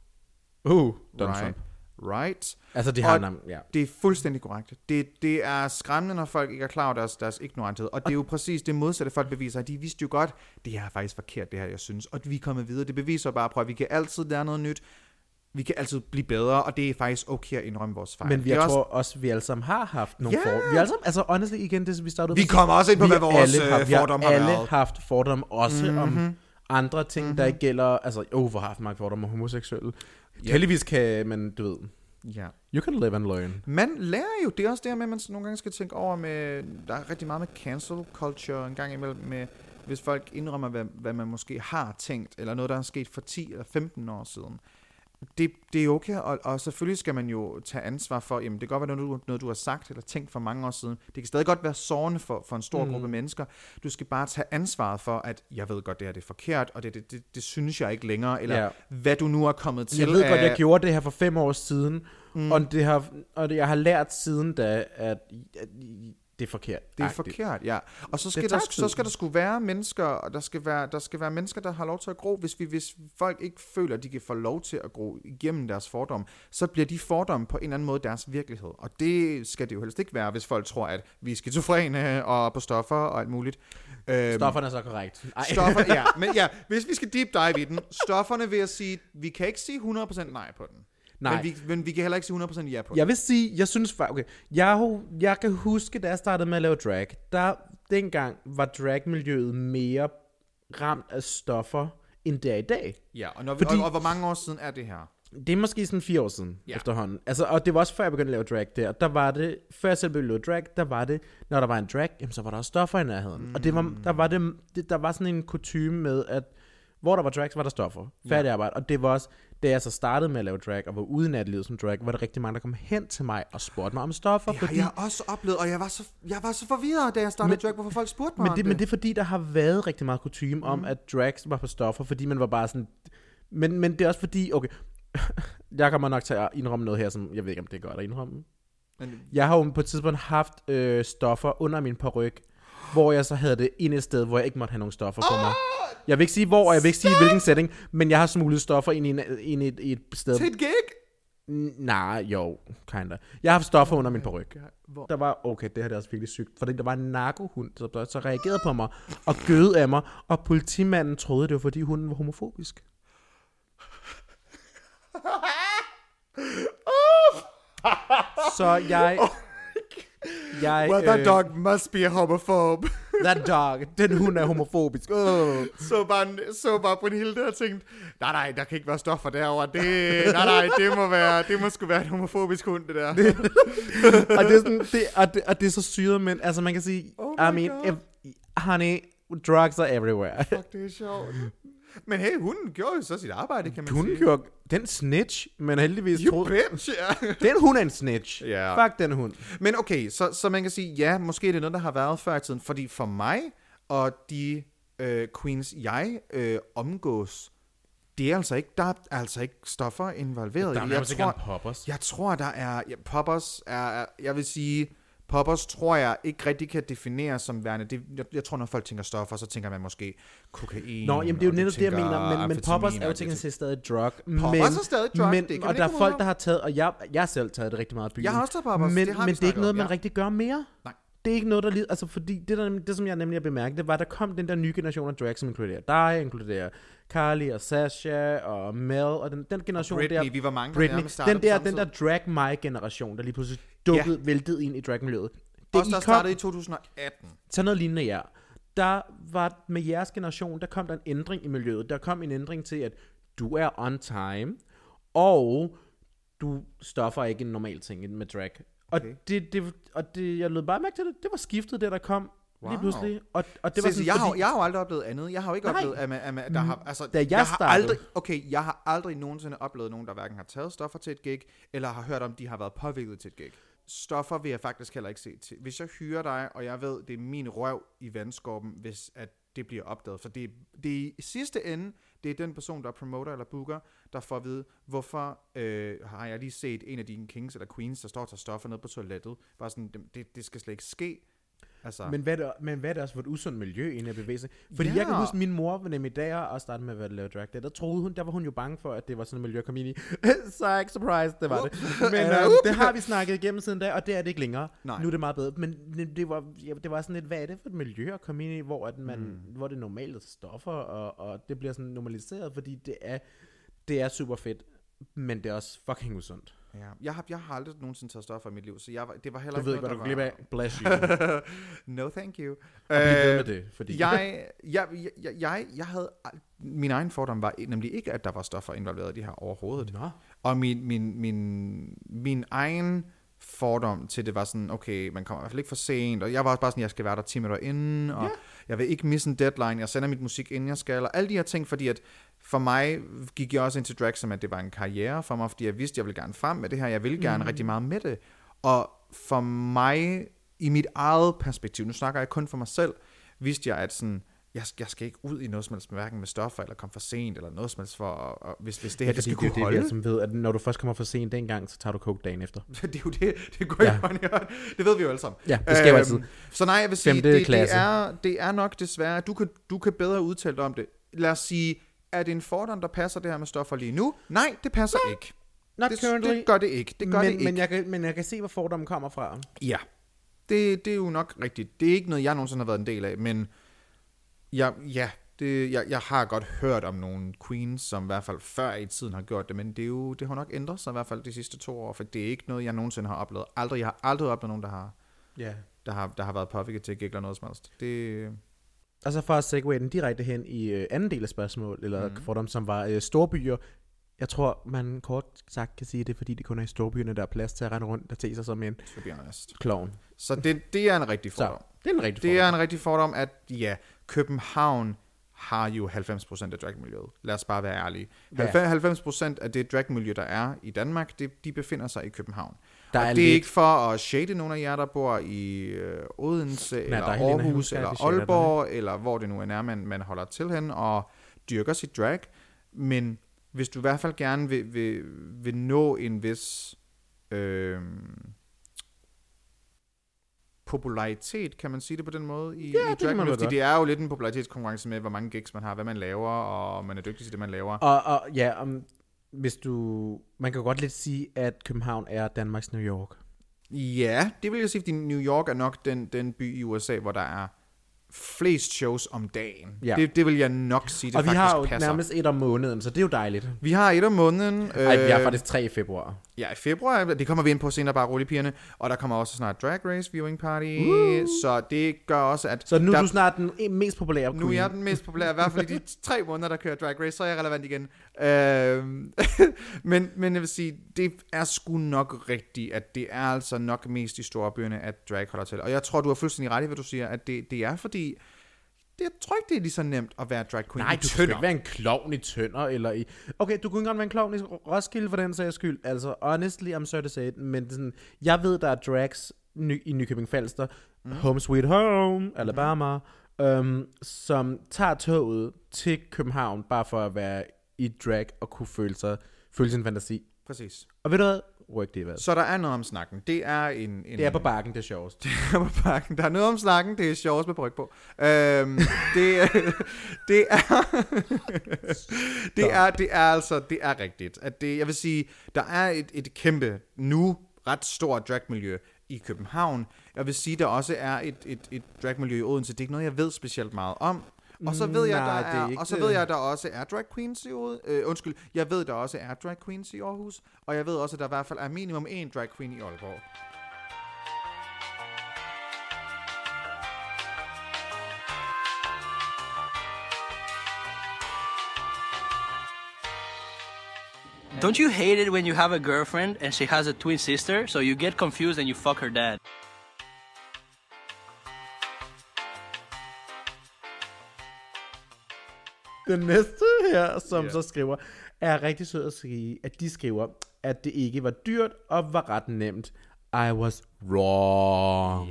Uh, right. Right. Altså, de har en, ja. Det er fuldstændig korrekt. Det, det er skræmmende, når folk ikke er klar over deres, deres ignoranthed. Og det er jo præcis det modsatte, folk beviser. De vidste jo godt, det her er faktisk forkert, det her, jeg synes. Og vi er kommet videre. Det beviser bare, prøv at vi kan altid lære noget nyt. Vi kan altid blive bedre, og det er faktisk okay at indrømme vores fejl. Men vi jeg tror også, også, vi alle sammen har haft nogle yeah. fordomme. Vi alle sammen, altså honestly igen, det vi startede Vi kommer også ind på, hvad vores alle har, fordomme har været. Vi har alle haft fordomme også mm-hmm. om andre ting, mm-hmm. der ikke gælder. Altså, jo, oh, hvor har haft mange fordomme om homoseksuelle. Yeah. Heldigvis kan man, du ved... Ja. You can live and learn. Man lærer jo, det er også det med, at man nogle gange skal tænke over med, der er rigtig meget med cancel culture en gang imellem, med, hvis folk indrømmer, hvad, hvad man måske har tænkt, eller noget, der er sket for ti eller femten år siden. Det, det er okay, og, og selvfølgelig skal man jo tage ansvar for, jamen det kan godt være noget, noget, du har sagt eller tænkt for mange år siden. Det kan stadig godt være sårende for, for en stor mm. gruppe mennesker. Du skal bare tage ansvaret for, at jeg ved godt, det her det er forkert, og det, det, det, det synes jeg ikke længere, eller ja. hvad du nu er kommet til. Jeg ved af... godt, jeg gjorde det her for fem år siden, mm. og, det har, og det, jeg har lært siden da, at... at det er forkert. Det er forkert, ja. Og så skal, der, så skal der sgu være mennesker, og der skal være, der skal være mennesker, der har lov til at gro. Hvis, vi, hvis folk ikke føler, at de kan få lov til at gro igennem deres fordomme, så bliver de fordomme på en eller anden måde deres virkelighed. Og det skal det jo helst ikke være, hvis folk tror, at vi er skizofrene og på stoffer og alt muligt. Stofferne er så korrekt. Ej. Stoffer, ja. Men ja, hvis vi skal deep dive i den, stofferne vil jeg sige, vi kan ikke sige hundrede procent nej på den. Nej. Men, vi, men vi kan heller ikke sige hundrede procent ja på det. Jeg vil sige, jeg synes okay, jeg, jeg kan huske, da jeg startede med at lave drag, der dengang var dragmiljøet mere ramt af stoffer, end det er i dag. Ja, og, når vi, Fordi, og, og hvor mange år siden er det her? Det er måske sådan fire år siden ja. efterhånden. Altså, og det var også før jeg begyndte at lave drag der. Der var det, før jeg selv begyndte at lave drag, der var det, når der var en drag, jamen, så var der også stoffer i nærheden. Mm. Og det var, der, var det, det, der var sådan en kutyme med, at hvor der var drag, så var der stoffer. Færdig ja. arbejde. Og det var også, da jeg så startede med at lave drag, og var ude i nattelivet som drag, var der rigtig mange, der kom hen til mig og spurgte mig om stoffer. Det har fordi... jeg også oplevet, og jeg var så, jeg var så forvirret, da jeg startede men, drag, hvorfor folk spurgte mig men om det, det. Men det er fordi, der har været rigtig meget kutyme mm. om, at drags var på stoffer, fordi man var bare sådan... Men, men det er også fordi, okay, jeg kommer nok til at indrømme noget her, som jeg ved ikke, om det er godt at indrømme. Men... Jeg har jo på et tidspunkt haft øh, stoffer under min paryk, hvor jeg så havde det inde et sted, hvor jeg ikke måtte have nogen stoffer på oh! mig. Jeg vil ikke sige hvor, og jeg vil ikke sige hvilken setting, men jeg har smuglet stoffer ind i, en, ind i, et, i et sted. Til et gig? N- nej, jo, kinda. Jeg har haft stoffer under min paryk. Der var, okay, det her det er også virkelig sygt, fordi der var en narkohund, der så reagerede på mig og gød af mig, og politimanden troede, det var fordi hunden var homofobisk. Så jeg... jeg well, that øh, dog must be a homophobe. That dog, den hund er homofobisk. Oh. Så bare, så bare Brunhilde og tænkte, nej, nej, der kan ikke være stoffer derovre. Det, nej, nej, det må være, det må sgu være en homofobisk hund, det der. og, det er sådan, det, og, det, og det er så syret, men altså man kan sige, oh I mean, if, honey, drugs are everywhere. Fuck, det er sjovt. Men hey, hunden gjorde jo så sit arbejde, kan man hunden sige. Gjorde den snitch, men heldigvis... You troede, bitch, ja. Yeah. Den hund er en snitch. Yeah. Fuck den hund. Men okay, så, så man kan sige, ja, måske er det noget, der har været før i tiden. Fordi for mig og de øh, queens, jeg øh, omgås, det er altså ikke, der er altså ikke stoffer involveret. Der er jeg tror, tror, poppers. Jeg tror, der er... Ja, poppers er, jeg vil sige... Poppers tror jeg ikke rigtig kan defineres som værende. Det, jeg, jeg tror, når folk tænker stoffer, så tænker man måske kokain. Nå, jamen det er jo netop det, jeg mener, men, men Poppers er jo tænkt sig stadig drug. Poppers men, er stadig drug, men, det kan og der er folk, der har taget, og jeg, jeg har selv taget det rigtig meget i byen. Jeg har også taget Poppers, men, det har men det er ikke noget, om, man ja. rigtig gør mere. Nej. Det er ikke noget, der lige... Altså, fordi det, der, det som jeg nemlig har bemærket, det var, at der kom den der nye generation af drag, som inkluderer dig, inkluderer Carly og Sasha og Mel, og den, den generation Britney, der... vi var mange, der Britney, nærmest startede den der, på den der drag mig-generation, der lige pludselig dukkede, ja. væltede ind i dragmiljøet. Det, også der kom, startede i to tusind og atten. Så noget lignende jer. Der var med jeres generation, der kom der en ændring i miljøet. Der kom en ændring til, at du er on time, og du stoffer ikke en normal ting med drag. Okay. Og, det, det, og det, jeg lød bare mærke til det, det var skiftet, det der kom wow. lige pludselig. Og, og det var sådan, jeg, fordi, har, jeg har jo aldrig oplevet andet. Jeg har jo ikke nej, oplevet, at, man, at man, der har... Altså, da jeg, jeg startede... har aldrig, okay, jeg har aldrig nogensinde oplevet nogen, der hverken har taget stoffer til et gig, eller har hørt om, de har været påvirket til et gig. Stoffer vil jeg faktisk heller ikke se til. Hvis jeg hyrer dig, og jeg ved, det er min røv i vandskorpen, hvis at det bliver opdaget. For det, det er i sidste ende, det er den person, der er promoter eller booker, der får at vide, hvorfor øh, har jeg lige set en af dine kings eller queens, der står og tager stoffer ned på toilettet. Bare sådan, det, det skal slet ikke ske. Altså. Men, hvad er det, men hvad er det også for et usundt miljø inde i bevæge sig? Fordi ja. jeg kan huske, min mor var nemlig der og startede med at lave drag. Der, der troede hun, der var hun jo bange for, at det var sådan et miljø, kom ind i. Så ikke surprised, det var uh. det. Men uh, det har vi snakket igennem siden da, og det er det ikke længere. Nej. Nu er det meget bedre. Men det var, ja, det var sådan lidt, hvad er det for et miljø at komme ind i, hvor, at man, mm. hvor det er normalt stoffer, og, og det bliver sådan normaliseret, fordi det er, det er super fedt, men det er også fucking usundt. Ja, jeg har, jeg har aldrig nogensinde taget stoffer i mit liv, så jeg var, det var heller ikke noget, du ved ikke, hvad du glip af. Bless you. No, thank you. Og bliv ved med det, fordi... Jeg, jeg, jeg, jeg, jeg havde... Min egen fordom var nemlig ikke, at der var stoffer involveret i det her overhovedet. Nå. Og min, min, min, min egen fordom til det var sådan, okay, man kommer i hvert fald ikke for sent, og jeg var også bare sådan, jeg skal være der ti minutter inden, og yeah. jeg vil ikke misse en deadline, jeg sender mit musik inden jeg skal, og alle de her ting, fordi at for mig gik jeg også ind til drag, som at det var en karriere for mig, fordi jeg vidste, jeg ville gerne frem med det her, jeg ville gerne mm. rigtig meget med det, og for mig, i mit eget perspektiv, nu snakker jeg kun for mig selv, vidste jeg, at sådan, jeg, jeg skal ikke ud i noget som helst, hverken med stoffer, eller komme for sent, eller noget som helst for, og, og hvis, hvis det her, ja, det skal kunne det, holde. Det er det, som ved, at når du først kommer for sent dengang, så tager du coke dagen efter. Det er jo det, det går ja. jo det ved vi jo alle sammen. Ja, det sker jo altid. Så nej, jeg vil sige, det, det, er, det er nok desværre, du kan, du kan bedre udtale dig om det. Lad os sige, er det en fordom, der passer det her med stoffer lige nu? Nej, det passer nej. ikke. Not det, currently. Det gør det ikke. Det gør men, det ikke. Men jeg, kan, men jeg kan se, hvor fordommen kommer fra. Ja, det, det er jo nok rigtigt. Det er ikke noget, jeg nogensinde har været en del af, men jeg, ja, det, jeg, jeg har godt hørt om nogle queens, som i hvert fald før i tiden har gjort det, men det, er jo, det har nok ændret sig i hvert fald de sidste to år, for det er ikke noget, jeg nogensinde har oplevet. Aldrig, jeg har aldrig oplevet nogen, der har, yeah. der har, der har været påvirket til at gik eller noget som helst. Det... Og så for at segway den direkte hen i øh, anden del af spørgsmål, eller mm. fordom, som var øh, storbyer. Jeg tror, man kort sagt kan sige det, fordi det kun er i storbyerne, der er plads til at rende rundt og tage sig som en klovn. Så det, det er en rigtig fordom. Så, det er en rigtig fordom. Det er en rigtig fordom, at ja, København har jo halvfems procent af dragmiljøet. Lad os bare være ærlige. Ja. halvfems procent af det dragmiljø, der er i Danmark, det, de befinder sig i København. Der og er det er lidt... ikke for at shade nogle af jer, der bor i øh, Odense, Nej, eller Aarhus, eller Aalborg, eller hvor det nu er nær, man, man holder til hen og dyrker sit drag. Men hvis du i hvert fald gerne vil, vil, vil nå en vis øh, popularitet, kan man sige det på den måde, i, ja, i drag, fordi det er jo lidt en popularitetskonkurrence med, hvor mange gigs man har, hvad man laver, og man er dygtig til det, man laver. Og, og ja, um, hvis du... Man kan godt lidt sige, at København er Danmarks New York. Ja, det vil jeg sige, fordi New York er nok den, den by i U S A, hvor der er flest shows om dagen. Ja. Det, det vil jeg nok sige, det og faktisk passer. Og vi har jo passer. nærmest et om måneden, så det er jo dejligt. Vi har et om måneden. Ej, øh, vi har faktisk tre i februar. Ja, i februar. Det kommer vi ind på senere, bare roligt pigerne. Og der kommer også snart Drag Race viewing party. Uh. Så det gør også, at... Så nu der, er du snart den mest populære queen. Nu er jeg den mest populære, i hvert fald i de tre måneder, der kører Drag Race, så er jeg relevant igen. Øh, men, men jeg vil sige, det er sgu nok rigtigt, at det er altså nok mest i store byerne, at drag holder til. Og jeg tror, du har fuldstændig ret i, hvad du siger, at det, det er fordi... Jeg tror ikke, det er lige så nemt at være drag queen. Nej, du skal ikke være en klovn i Tønder, eller i... Okay, du kunne ikke godt være en klovn i Roskilde, for den sags skyld. Altså, honestly, I'm sorry to say it, men sådan, jeg ved, der er drags ny, i Nykøbing Falster, mm. Home Sweet Home, Alabama, mm. øhm, som tager toget til København, bare for at være i drag og kunne føle sig, føle sin fantasi. Præcis. Og ved du hvad? ryk det i hvad. Så der er noget om snakken. Det er en... en Det er på bakken, det er sjovest. Det er på bakken. Der er noget om snakken, det er sjovest med bryg på. Øhm, det, det er... det er... Det er altså... Det er rigtigt. At det, jeg vil sige, der er et, et kæmpe, nu ret stort dragmiljø i København. Jeg vil sige, der også er et, et, et dragmiljø i Odense. Det er ikke noget, jeg ved specielt meget om. Og så ved jeg, Nej, der det er er, ikke og så det. ved jeg, der også er drag queens i Odense. Øh, undskyld, jeg ved, der også er drag queens i Aarhus. Og jeg ved også, at der i hvert fald er minimum én drag queen i Aalborg. Don't you hate it when you have a girlfriend and she has a twin sister, so you get confused and you fuck her dad? Den næste her, som Ja. så skriver, er rigtig sød at sige, at de skriver, at det ikke var dyrt og var ret nemt. I was wrong.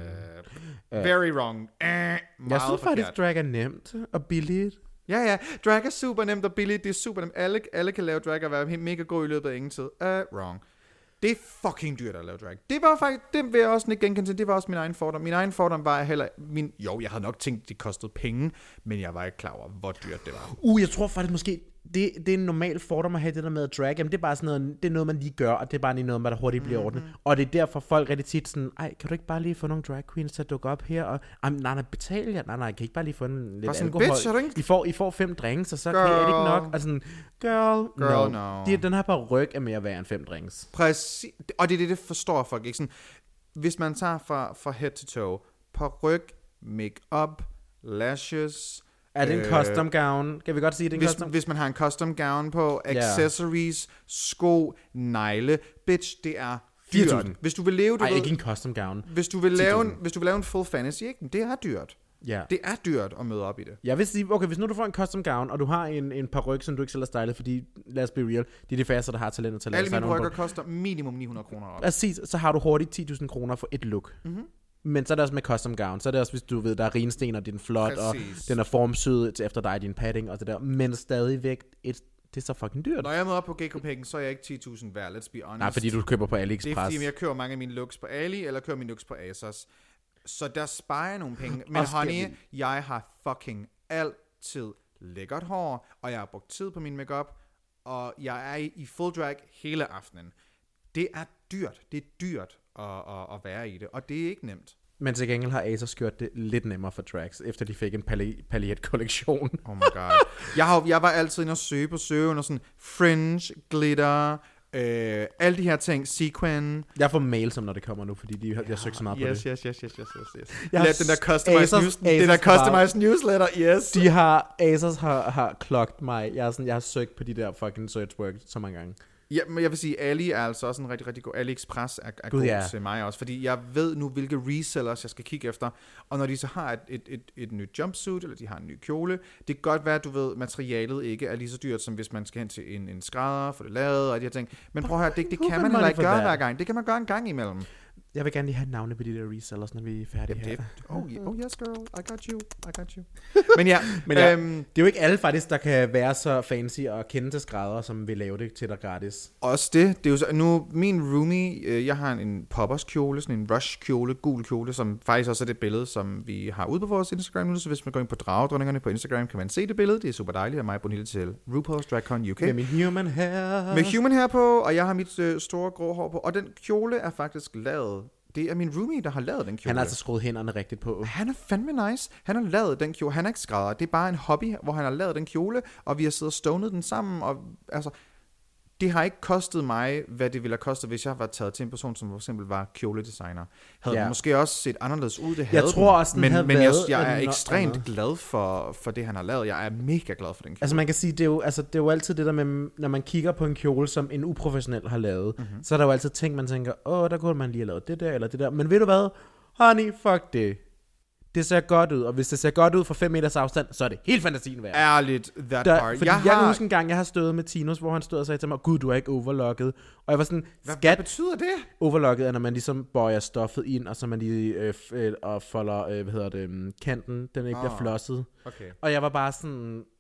Yeah. Very wrong. Eh, meget Jeg synes faktisk, forkert. drag er nemt og billigt. Ja, ja. Drag er super nemt og billigt. Det er super nemt. Alle, alle kan lave drag og være helt mega god i løbet af ingen tid. Uh, wrong. Det er fucking dyrt at lave drag. Det var faktisk, det vil jeg også ikke genkende til. Det var også min egen fordom. Min egen fordom var heller, min, jo, jeg havde nok tænkt, det kostede penge, men jeg var ikke klar over, hvor dyrt det var. Uh, jeg tror faktisk måske, det, det er en normal fordom at have det der med at drag. Jamen, det er bare sådan noget, det er noget, man lige gør, og det er bare lige noget, der hurtigt bliver ordnet. Mm-hmm. Og det er derfor, folk rigtig tit sådan, ej, kan du ikke bare lige få nogle drag queens til at dukke op her? Og, nej, nej, betal jer. Nej, nej, kan I ikke bare lige få en lidt sådan, alkohol? bitch, er du ikke- I får, I får fem drinks, og så Girl. kan I, er det ikke nok? Og sådan, girl, Girl, no. no. De, den her par ryg er mere værd end fem drinks. Præcis. Og det er det, det forstår folk ikke. Sådan, hvis man tager fra, fra head to toe, paryk, make-up, lashes... Er det en øh, custom gown? Kan vi godt sige, det er en Hvis, custom? hvis man har en custom gown på, accessories, sko, negle, bitch, det er fire dyrt. tusind. Hvis du vil leve, du Ej, ved, ikke en custom gown. hvis du vil lave en, ti tusind. hvis du vil lave en full fantasy, ikke? Det er dyrt. Ja. Det er dyrt at møde op i det. Jeg vil sige, okay, hvis nu du får en custom gown, og du har en, en paryk, som du ikke selv har stylet, fordi, lad os be real, det er de færreste, der har talent til at lave Alle sig mine nogle rykker koster minimum ni hundrede kroner op. Præcis, så har du hurtigt ti tusind kroner for et look. Mm-hmm. Men så er det også med custom gown, så er det også, hvis du ved, der er rinsten, og det er flot, Præcis. og den er formsyet til efter dig, din padding og det der, men stadigvæk, et, det er så fucking dyrt. Når jeg møder op på Gecko Pækken, så er jeg ikke ti tusind værd, let's be honest. Nej, fordi du køber på Det er AliExpress. fordi, jeg køber mange af mine looks på Ali, eller køber mine looks på Asos. Så der sparer jeg nogle penge. Men Også det er honey, vildt. jeg har fucking altid lækkert hår, og jeg har brugt tid på min makeup, og jeg er i, i full drag hele aftenen. Det er dyrt. Det er dyrt at, at, at være i det, og det er ikke nemt. Men til gengæld har Asos gjort det lidt nemmere for drags, efter de fik en pali- paljet-kollektion. Oh my god. jeg, har, jeg var altid inde og søge på søgen, og sådan fringe, glitter, øh, alle de her ting, sequin. Jeg får mails om, når det kommer nu, fordi de, jeg har søgt så meget på Yes, det. yes, yes, yes, yes, yes, yes. Jeg Lad har den der customized, Asos- news, det der Asos bare- customized newsletter, yes. De har, Asos har, har clocked mig. Jeg, er sådan, jeg har søgt på de der fucking search work så mange gange. Ja, men jeg vil sige, Ali er altså også en rigtig, rigtig god. AliExpress er, er Gud, god ja. til mig også, fordi jeg ved nu, hvilke resellers jeg skal kigge efter, og når de så har et, et, et, et nyt jumpsuit, eller de har en ny kjole, det kan godt være, at du ved, materialet ikke er lige så dyrt, som hvis man skal hen til en, en skrædder, få det lavet, og de her ting. Men prøv at høre, det, det Who kan got man heller money ikke for gøre that? hver gang. Det kan man gøre en gang imellem. Jeg vil gerne lige have navne på de der resellers, når vi er færdige Jamen, her. det, oh, yeah, oh yes girl, I got you, I got you. Men ja, Men ja, øhm, det er jo ikke alle faktisk, der kan være så fancy og kende til skrædder, som vil lave det til dig gratis. også det, det er jo så, nu, min roomie, øh, jeg har en, en poppers kjole, sådan en rush kjole, gul kjole, som faktisk også er det billede, som vi har ude på vores Instagram nu, så hvis man går ind på Dragedronningerne på Instagram, kan man se det billede, det er super dejligt, af mig, Bonille til RuPaul's Drag Con U K. Med min human hair. Med human her på, og jeg har mit øh, store grå hår på, og den kjole er faktisk lavet, det er min roomie, der har lavet den kjole. Han har altså skruet hænderne rigtigt på. Han er fandme nice. Han har lavet den kjole. Han er ikke skrædder. Det er bare en hobby, hvor han har lavet den kjole, og vi har siddet og stonet den sammen. Og, altså, det har ikke kostet mig, hvad det ville have kostet, hvis jeg var taget til en person, som for eksempel var kjoledesigner. Havde Ja. den måske også set anderledes ud. Det havde tror den. også, den men, havde men jeg, været jeg er en- ekstremt andet. glad for, for det, han har lavet. Jeg er mega glad for den kjole. Altså man kan sige, det er, jo, altså, det er jo altid det der med, når man kigger på en kjole, som en uprofessionel har lavet, mm-hmm. så er der jo altid ting, man tænker, åh, der kunne man lige have lavet det der, eller det der. Men ved du hvad? Honey, fuck det. Det ser godt ud, og hvis det ser godt ud fra fem meters afstand, så er det helt fantasien værd. Ærligt, that Der, part. fordi jeg, Jeg jeg har... kan huske en gang, jeg har stået med Tinus, hvor han stod og sagde til mig, gud, du er ikke overlocket. Og jeg var sådan, Hvad, hvad skat, betyder det? overlocket er, når man ligesom bøjer stoffet ind, og så man lige øh, f- øh, og folder, øh, hvad hedder det, um, kanten, den ikke oh. bliver Ah. flosset. Okay. Og jeg var bare sådan,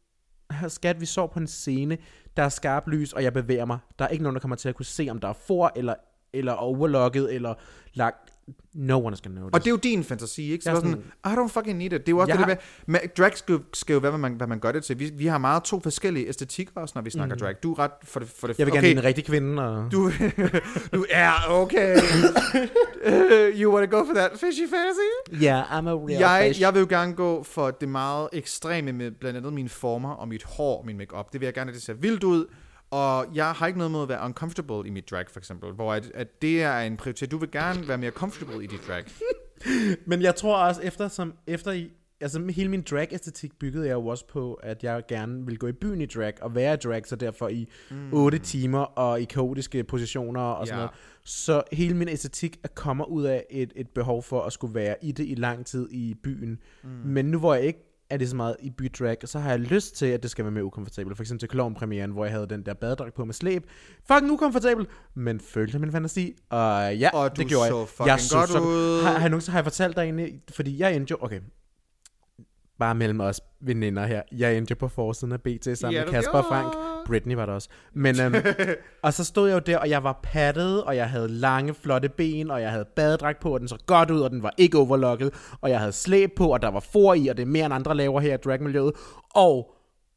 skat, vi står på en scene, der er skarp lys, og jeg bevæger mig. Der er ikke nogen, der kommer til at kunne se, om der er for, eller, eller overlogget, eller lagt. No one is gonna know this. Og det er jo din fantasi, ikke? Så Jeg er sådan, I don't fucking need it. Det er jo også Jeg det, har- det med, med drag skal, skal jo være, hvad man, hvad man gør det til. Vi, vi har meget to forskellige æstetikker også, når vi snakker mm. drag. Du er ret for det... For det Jeg vil okay. gerne lide en rigtig kvinde, og... Du, du er okay. uh, you want to go for that fishy fantasy? Yeah, I'm a real Jeg, fish. jeg vil jo gerne gå for det meget ekstreme med blandt andet mine former og mit hår, min makeup. Det vil jeg gerne, at det ser vildt ud. Og jeg har ikke noget mod at være uncomfortable i mit drag, for eksempel. Hvor at, at det er en prioritet. Du vil gerne være mere comfortable i dit drag. Men jeg tror også, efter, som, efter i, altså hele min drag-æstetik byggede jeg jo også på, at jeg gerne vil gå i byen i drag, og være i drag, så derfor i mm. otte timer, og i kaotiske positioner og sådan Ja. noget. Så hele min æstetik kommer ud af et, et behov for at skulle være i det i lang tid i byen. Mm. Men nu hvor jeg ikke er det så meget i bydrag, så har jeg lyst til, at det skal være mere ukomfortabelt. For eksempel til Klovn-premieren, hvor jeg havde den der badedragt på med slæb. Fucking ukomfortabel, men følte min fantasi. Og ja, Og du det gjorde så jeg. fucking jeg så, godt så, ud. Har, har, jeg nogensinde, har jeg fortalt dig egentlig, fordi jeg endte jo, okay, bare mellem os veninder her, jeg endte jo på forsiden af B T sammen Ja, med du Kasper og gjorde. Frank. Britney var der også. Men, øhm, og så stod jeg jo der, og jeg var pattet, og jeg havde lange, flotte ben, og jeg havde badedragt på, og den så godt ud, og den var ikke overlocket, og jeg havde slæb på, og der var for i, og det er mere end andre laver her i dragmiljøet. Og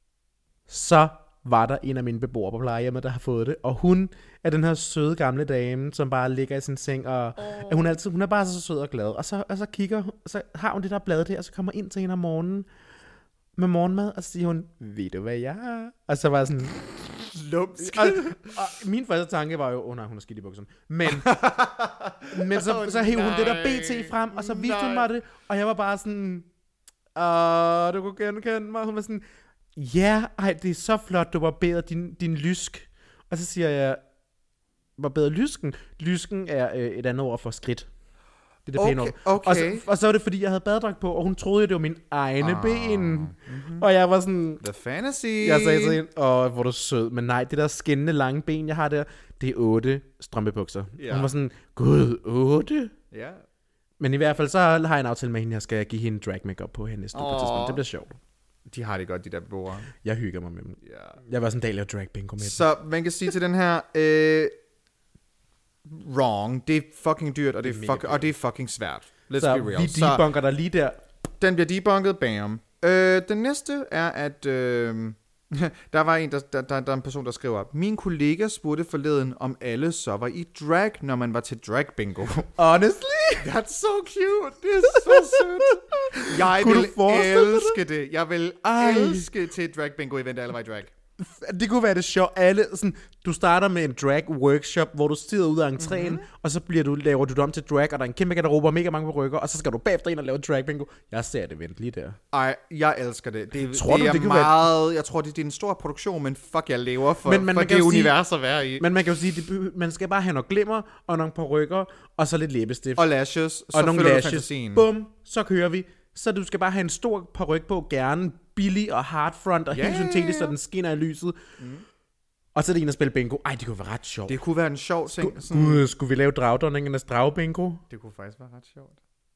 så var der en af mine beboere på plejehjemmet, der har fået det, og hun er den her søde gamle dame, som bare ligger i sin seng, og oh. hun, er altid, hun er bare så sød og glad. Og så, og så kigger hun, så har hun det der blad der, og så kommer ind til hende om morgenen med morgenmad, og så siger hun, ved du hvad jeg er? Og så var jeg sådan, Lumsk. og, og min første tanke var jo, åh oh, nej, hun har skidt i bukserne. Men, men så, Åh, så hævde hun det der nej. B T frem, og så viste hun Nej. mig det, og jeg var bare sådan, åh, du kunne genkende mig. Hun var sådan, ja, ej, det er så flot, du barberede din, din lysk. Og så siger jeg, barberede lysken? Lysken er øh, et andet ord for skridt. Det er det pæne Okay, ord. okay. Og, så, og så var det, fordi jeg havde badedragt på, og hun troede, at det var mine egne Ah, ben. mhm. Og jeg var sådan, The fantasy. jeg sagde til hende, åh, hvor er du sød. Men nej, det der skinnende lange ben, jeg har der, det er otte strømpebukser. Ja. Hun var sådan, gud, otte? Ja. Men i hvert fald, så har jeg en aftale med hende, jeg skal give hende drag makeup på her næste uge på et tidspunkt. Det bliver sjovt. De har det godt, de der beboere. Jeg hygger mig med dem. Ja. Jeg var sådan en dag, lavet drag bingo med dem. Så man kan sige til den her, øh, wrong. Det er fucking dyrt, og det er, Det er mega fuck, og det er fucking svært. Let's Så be real. vi Så debunker der lige der. den bliver debunket, bam. Øh, den næste er, at øh, der var en, der, der, der, der er en person, der skriver, min kollega spurgte forleden, om alle så var i drag, når man var til drag bingo. Honestly? That's so cute. Det er så sødt. Jeg Kunne du vil forestille dig elske det. Jeg vil Ej. elske til et drag bingo event, alle var i drag. Det kunne være det sjovt. Alle, sådan, du starter med en drag workshop, hvor du sidder ud af entréen, mm-hmm. og så bliver du, laver du det om til drag, og der er en kæmpe garderobe og mega mange rykker, og så skal du bagefter ind og lave drag bingo. Jeg ser det vent lige der. Ej, jeg elsker det. Det, Tror det du, er det kunne være- meget... Jeg tror, det, det er en stor produktion, men fuck, jeg lever for, Men- men for man kan det jo sige- univers at være i. Men man kan jo sige, det, behø- man skal bare have noget glimmer, og nogle par rykker, og så lidt læbestift. Og lashes, så og nogle følger du lashes. fantasien. Bum, så kører vi. Så du skal bare have en stor paryk på, gerne billig og hard front, og Ja, helt ja, syntetisk, ja. så den skinner i lyset. Mm. Og så er det en at spille bingo. Ej, det kunne være ret sjovt. Det kunne være en sjov ting. Gu- Sådan, Gud, skulle vi lave dragdronningernes dragbingo? det kunne faktisk være ret sjovt.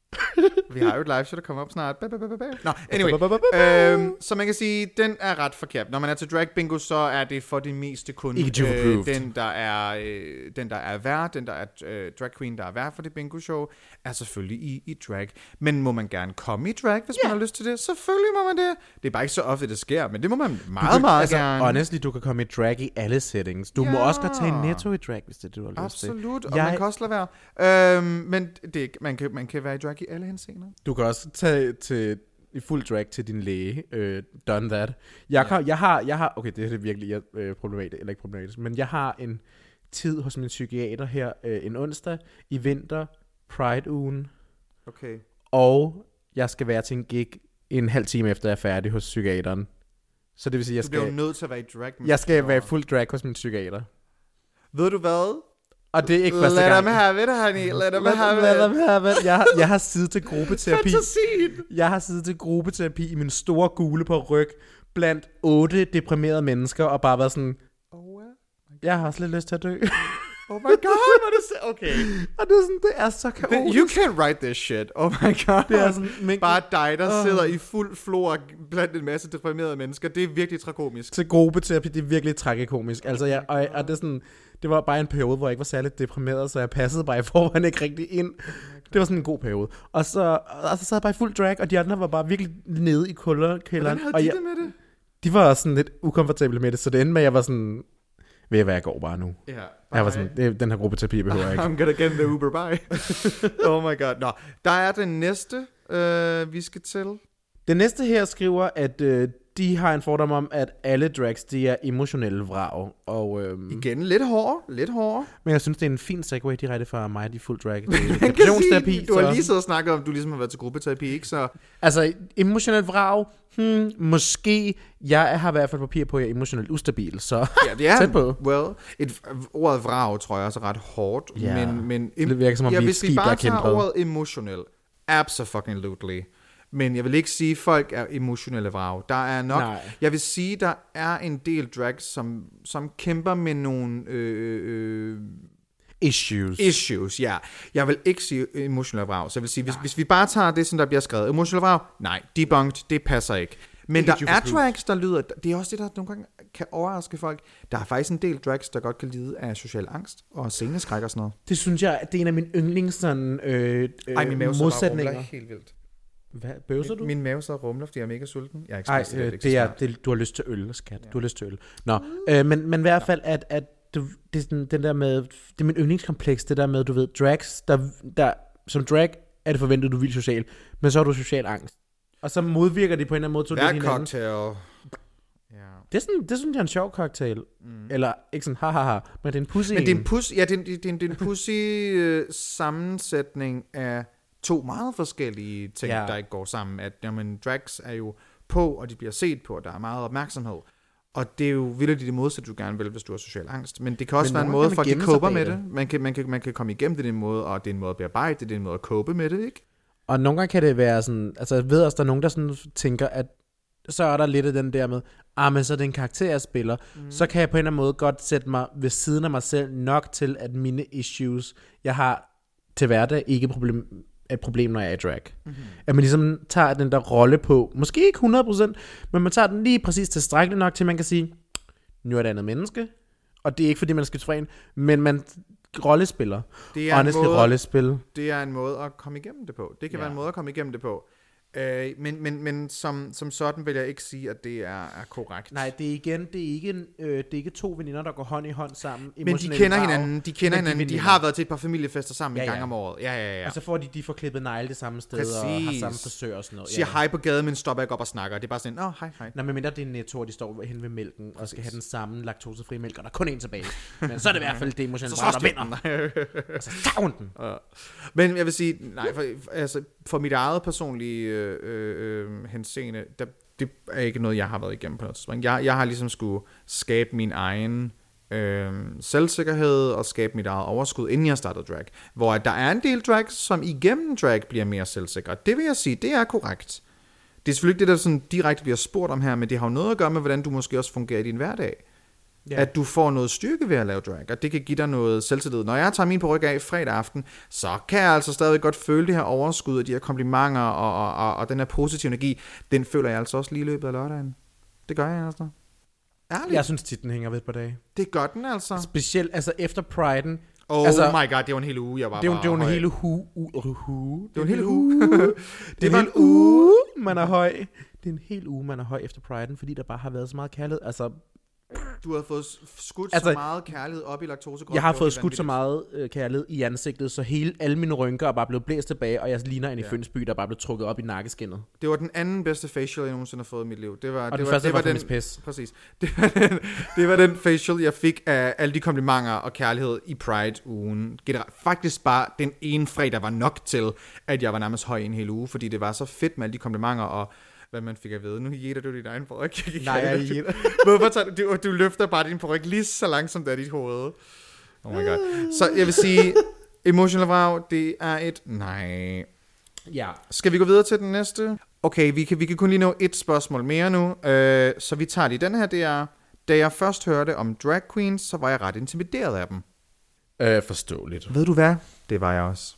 Vi har jo et live show, der kommer op snart. Ba, ba, ba, ba, ba. Nå, anyway. øhm, så man kan sige, den er ret forkert. Når man er til drag bingo, så er det for det meste kun Ikke Juve approved. den, der er, øh, den, der er vært, den, der er øh, drag queen, der er vært for det bingo show, er selvfølgelig i, i drag. Men må man gerne komme i drag, hvis yeah. man har lyst til det? Selvfølgelig må man det. Det er bare ikke så ofte, det sker, men det må man meget, meget altså, gerne. Honestly, du kan komme i drag i alle settings. Du Ja. må også godt tage en netto i drag, hvis det er det, du har lyst til. Absolut, og Jeg- man kan også lade være. Øhm, men det, man, kan, man kan være i drag i alle henseender. Du kan også tage til, i fuld drag til din læge. Uh, done that. Jeg, kan, jeg, har, jeg har... Okay, det er det virkelig uh, problematisk, eller ikke problematisk, men jeg har en tid hos min psykiater her uh, en onsdag i vinter, Pride-ugen, Okay. og jeg skal være til en gig en halv time efter jeg er færdig hos psykiateren. Så det vil sige, jeg Du bliver jo skal, nødt til at være i drag. jeg skal være i fuld drag hos min psykiater. Ved du hvad? Og det er ikke første Let gang. them have it, honey. Let them Let, have let it. them have it. Jeg, har- jeg har siddet til gruppeterapi. Fantasien. Jeg har siddet til gruppeterapi i min store gule på ryg blandt otte deprimerede mennesker og bare været sådan, Oh, well. jeg har også lidt lyst til at dø. Oh my god, hvad er det så? Okay. Og det er sådan, det er så kaotisk. You can't write this shit. Oh my god. Det er sådan, men, bare dig, der uh, sidder i fuld flor blandt en masse deprimerede mennesker. Det er virkelig tragikomisk. Til gruppeterapi, det er virkelig tragikomisk. Altså, jeg, og, og det er sådan, det var bare en periode, hvor jeg ikke var særligt deprimeret, så jeg passede bare i forvejen ikke rigtig ind. Det var sådan en god periode. Og så, og så sad jeg bare i fuld drag, og de andre var bare virkelig nede i kulderkælderen. Hvordan havde og de jeg, det med det? De var også sådan lidt ukomfortable med det, så det endte med, at jeg var sådan, ved jeg hvad, jeg går bare nu. Ja, yeah, jeg var sådan, det, den her gruppeterapi behøver jeg ikke. I'm gonna get the Uber, bye. Oh my god. Nå, der er den næste, øh, vi skal til. Den næste her skriver, at øh, de har en fordom om, at alle drags, de er emotionelle vrag. Og, øhm, igen, lidt hård, lidt hård. Men jeg synes, det er en fin segue direkte fra mig, de fuld drag. Det er depressionsterapi. Du har lige siddet og snakket om, du ligesom har været til gruppeterapi, ikke? Så... Altså, emotionelt vrag, hmm, måske, jeg har i hvert fald papir på, at jeg er emotionelt ustabil, så ja, det er, tæt på. Well, et, ordet vrag, tror jeg også er ret hårdt, ja, men... men det virker som om, ja, vi hvis vi bare tager ordet emotionel, absolutely. Men jeg vil ikke sige, at folk er emotionelle vrag. Der er nok... Nej. Jeg vil sige, der er en del drags, som, som kæmper med nogle... Øh, øh, issues. Issues, ja. Jeg vil ikke sige emotionelle vrag. Så jeg vil sige, hvis, hvis vi bare tager det, som der bliver skrevet, emotionelle vrag, nej, debunked, det passer ikke. Men der er drags, der lyder... Det er også det, der nogle gange kan overraske folk. Der er faktisk en del drags, der godt kan lide af social angst og sceneskræk og sådan noget. Det synes jeg, det er en af mine yndlings sådan, øh, øh, Ej, min mave modsætninger. helt vildt. Hvad? Bøvser du? Min mave så rumler, fordi jeg er mega sulten. Jeg er ikke Ej, spist, øh, det, det er, det, du har lyst til øl, skat. Ja. Du har lyst til øl. Nå, øh, men, men i hvert fald, at, at du, det er sådan, den der med, det er min yndlingskompleks, det der med, du ved, drags, der, der, som drag er det forventet, du vil social, men så har du social angst. Og så modvirker de på en eller anden måde, to det er cocktail. Ja. Det er sådan, det synes jeg er en sjov cocktail. Mm. Eller ikke sådan, hahaha, men det er en pussy. Men det er en pussy, ja, det er, det er, det er en pussy øh, sammensætning af to meget forskellige ting, ja. Der ikke går sammen. At jamen, drags er jo på, og de bliver set på, og der er meget opmærksomhed. Og det er jo vildt det modsatte, du gerne vil, hvis du har social angst. Men det kan også men være en måde, for at de coper med det. Man kan, man, kan, man kan komme igennem det, det en måde, og det er en måde at bearbejde det, det er en måde at cope med det, ikke? Og nogle gange kan det være sådan, altså jeg ved også, der er nogen, der sådan tænker, at så er der lidt af den der med, ah, men så er det en karakter, jeg spiller, mm. så kan jeg på en eller anden måde godt sætte mig ved siden af mig selv nok til, at mine issues, jeg har til hverdag, ikke problem, er et problem, når jeg er i drag. Mm-hmm. At man ligesom tager den der rolle på, måske ikke hundrede procent, men man tager den lige præcis tilstrækkeligt nok til, man kan sige, nu er det andet menneske, og det er ikke fordi, man er skizofren, men man rollespiller. Det er Honestly, en måde, rollespil. Det er en måde at komme igennem det på. Det kan ja. være en måde at komme igennem det på. Øh, men men, men som, som sådan vil jeg ikke sige, at det er, er korrekt. Nej, det er igen, det er ikke, en, øh, det er ikke to veninder, der går hånd i hånd sammen. Men de kender hinanden, de kender hinanden, de, de har været til et par familiefester sammen ja, en gang ja. om året. Ja, ja, ja. Og så får de, de får klippet negle det samme sted, Præcis. og har samme frisør og sådan noget. Siger ja. hej på gaden, men stopper ikke op og snakker. Det er bare sådan, åh, oh, hej, hej. Nå, men mindre det er en Netto, og de står hen ved mælken, Præcis. Og skal have den samme laktosefri mælk, og der er kun en tilbage. Men så er det i hvert fald det emotionelle brag, der vinder. Og så tager hun den. Ja. Men jeg vil sige, nej, for, altså, for mit eget personlige øh, øh, henseende, der, det er ikke noget, jeg har været igennem på noget tidspunkt. Jeg, jeg har ligesom skulle skabe min egen øh, selvsikkerhed og skabe mit eget overskud, inden jeg startede drag. Hvor der er en del drag, som igennem drag bliver mere selvsikre. Det vil jeg sige, det er korrekt. Det er selvfølgelig ikke det, der sådan direkte bliver spurgt om her, men det har jo noget at gøre med, hvordan du måske også fungerer i din hverdag. Yeah. At du får noget styrke ved at lave drag, og det kan give dig noget selvtillid. Når jeg tager min paryk af fredag aften, så kan jeg altså stadig godt føle det her overskud, og de her komplimenter, og, og, og, og den her positive energi, den føler jeg altså også lige i løbet af lørdagen. Det gør jeg altså. Ærligt. Jeg synes tit, den hænger ved på dag. Det gør den altså. Specielt, altså efter Pride'en. Oh altså, my god, det var en hel uge, jeg var det var, bare det var en høj. hel hu, u, hu. Det var en hel uge. det, det var en uge, man er høj. Det er en hel uge, man er høj efter Pride'en, fordi der bare har været så meget kærlighed. Altså, du har fået skudt altså, så meget kærlighed op i laktosegrød. Jeg har fået skudt så meget øh, kærlighed i ansigtet, så hele alle mine rynker er bare blevet blæst tilbage, og jeg ligner en i ja. Fønsby, der er bare blevet trukket op i nakkeskinnet. Det var den anden bedste facial, jeg nogensinde har fået i mit liv. Det var, og det den var, første det var, var den, pis. Præcis. Det var, den, det var den facial, jeg fik af alle de komplimenter og kærlighed i Pride-ugen. Faktisk bare den ene fredag var nok til, at jeg var nærmest høj en hel uge, fordi det var så fedt med alle de komplimenter og hvad man fik at vide. Nu jætter du din egen paryk. Nej, jeg jætter. Hvorfor tager du, du, du løfter bare din paryk lige så langsomt af dit hoved. Oh my god. Så jeg vil sige, emotional vrag, det er et nej. Ja. Skal vi gå videre til den næste? Okay, vi kan, vi kan kun lige nå et spørgsmål mere nu. Uh, så vi tager lige den her. Det er, da jeg først hørte om drag queens, så var jeg ret intimideret af dem. Øh, forståeligt. Ved du hvad? Det var jeg også.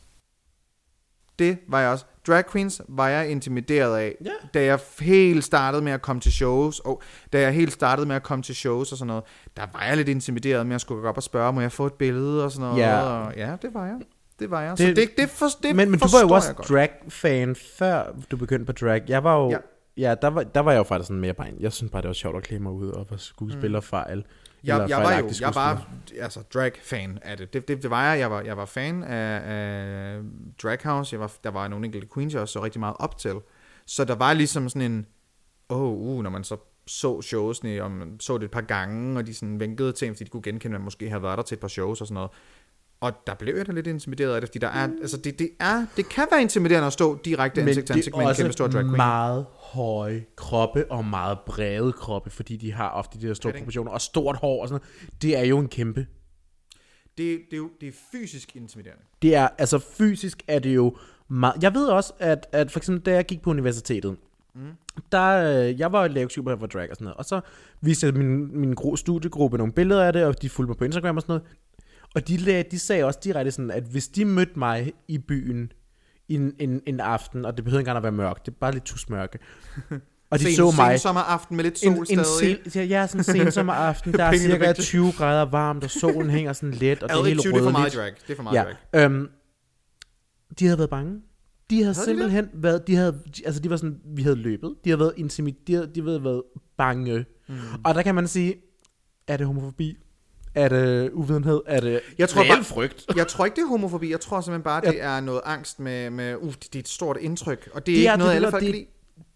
Det var jeg også. Drag queens var jeg intimideret af, Ja. da jeg helt startede med at komme til shows, og da jeg helt startede med at komme til shows og sådan noget, der var jeg lidt intimideret med at skulle gå op og spørge, må jeg få et billede og sådan noget. Ja. Og ja, det var jeg. Det var jeg. Det- Så det, det, for, det Men, men du forstår var jo også jeg godt. drag-fan, før du begyndte på drag. Jeg var jo... Ja. Ja, der var, der var jeg jo faktisk sådan mere bare en. Jeg synes bare, det var sjovt at klæde mig ud og være skuespillerfejl. Jeg, jeg var jo, jeg var altså drag-fan af det. Det, det, det var jeg. Jeg var, jeg var fan af, af Drag House. Jeg var, der var nogle enkelte queens, jeg også så rigtig meget op til. Så der var ligesom sådan en, oh, uh, når man så så showsne, og man så det et par gange, og de sådan vinkede til, fordi de kunne genkende, at man måske havde været der til et par shows og sådan noget. Og der blev jeg da lidt intimideret af det, fordi der er, altså det, det er, det kan være intimiderende at stå direkte ansigt til ansigt med en kæmpe stor drag queen. meget høje kroppe og meget brede kroppe, fordi de har ofte de der store proportioner og stort hår og sådan noget. Det er jo en kæmpe. Det, det, er jo, det er fysisk intimiderende. Det er, altså fysisk er det jo meget. Jeg ved også, at, at for eksempel da jeg gik på universitetet, mm. der, øh, jeg var jo lavtyper for drag og sådan noget, og så viste jeg min, min gro- studiegruppe nogle billeder af det, og de fulgte mig på Instagram og sådan noget. Og de, lag, de sagde også direkte sådan, at hvis de mødte mig i byen en, en, en aften, og det behøver ikke engang at være mørkt, det er bare lidt tusmørke. Og de sen, så mig... Sen sommeraften med lidt sol en, en stadig. sen, ja, sådan en sen sommeraften, der er Penge cirka vigtigt. tyve grader varmt, og solen hænger sådan let, og det er helt tyve, det er for meget rødligt. drag. Det er for meget Ja, drag. øhm, de havde været bange. De havde, havde simpelthen de været, de havde, altså de var sådan, vi havde løbet, de havde været intimideret, de havde, de havde været bange. Mm. Og der kan man sige, er det homofobi? Er det uvidenhed? Er det Jeg tror reel bare- frygt? Jeg tror ikke, det er homofobi. Jeg tror simpelthen bare, det er noget angst med, med uh, det er et stort indtryk. Og det er Det ikke er noget, det, alle der- folk det- kan lide.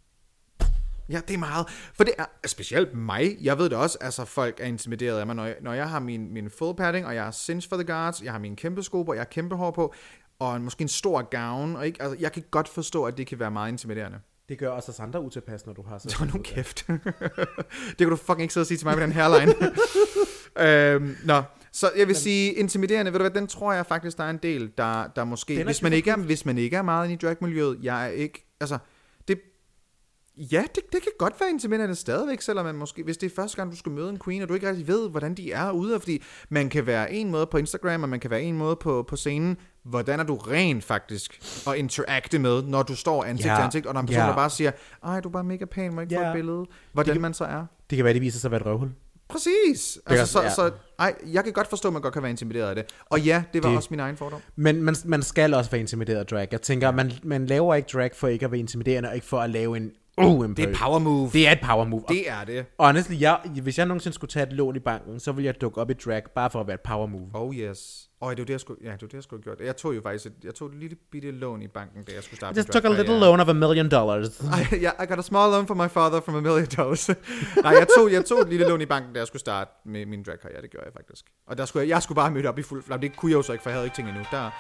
Ja, det er meget. For det er specielt mig. Jeg ved det også, altså folk er intimideret af mig, når jeg, når jeg har min, min full padding, og jeg har cinch for the guards, jeg har mine kæmpe sko på, jeg har kæmpe hår på, og en, måske en stor gown. Og ikke, altså, jeg kan godt forstå, at det kan være meget intimiderende. Det gør også os andre utilpas, når du har så. Hold nu kæft. Det kan du fucking ikke sidde og sige til mig med den hairline. øhm, nå, så jeg vil sige, intimiderende, ved du hvad, den tror jeg faktisk, der er en del, der, der måske, Den er hvis man, ikke er, hvis man ikke er meget inde i dragmiljøet, jeg er ikke, altså, det, ja, det, det kan godt være intimiderende stadigvæk, selvom man måske, hvis det er første gang, du skal møde en queen, og du ikke rigtig ved, hvordan de er ude, fordi man kan være en måde på Instagram, og man kan være en måde på, på scenen. Hvordan er du rent faktisk at interagte med, når du står ansigt Ja, til ansigt, og der er en person, ja. der bare siger, ej, du er bare mega pæn, må jeg ikke få Ja. et billede? Hvordan kan- man så er. Det kan være, det viser sig at være et røvhul. Præcis. kan- Altså, så, ja. så, ej, jeg kan godt forstå, at man godt kan være intimideret af det. Og ja, det var Det- også min egen fordom. Men man, man skal også være intimideret af drag. Jeg tænker, man, man laver ikke drag for ikke at være intimiderende, og ikke for at lave en uh, Det er et power move. Det er et power move. Det er det. Og honestly, jeg, hvis jeg nogensinde skulle tage et lån i banken, så ville jeg dukke op i drag, bare for at være et power move. Oh yes. Åh, oh, det var det, jeg skulle, ja, det var det, jeg skulle have gjort. Jeg tog jo faktisk et, jeg tog et lille bitte lån i banken, da jeg skulle starte I just med took a drag, little ja. loan of a million dollars. I, yeah, I got a small loan from my father from a million dollars. Nej, jeg tog, jeg tog et lille lån i banken, da jeg skulle starte med min drag-karriere. Det gjorde jeg faktisk. Og der skulle jeg, jeg skulle bare møde op i fuld flam. Det kunne jeg jo så ikke, for jeg havde ikke ting endnu. Der.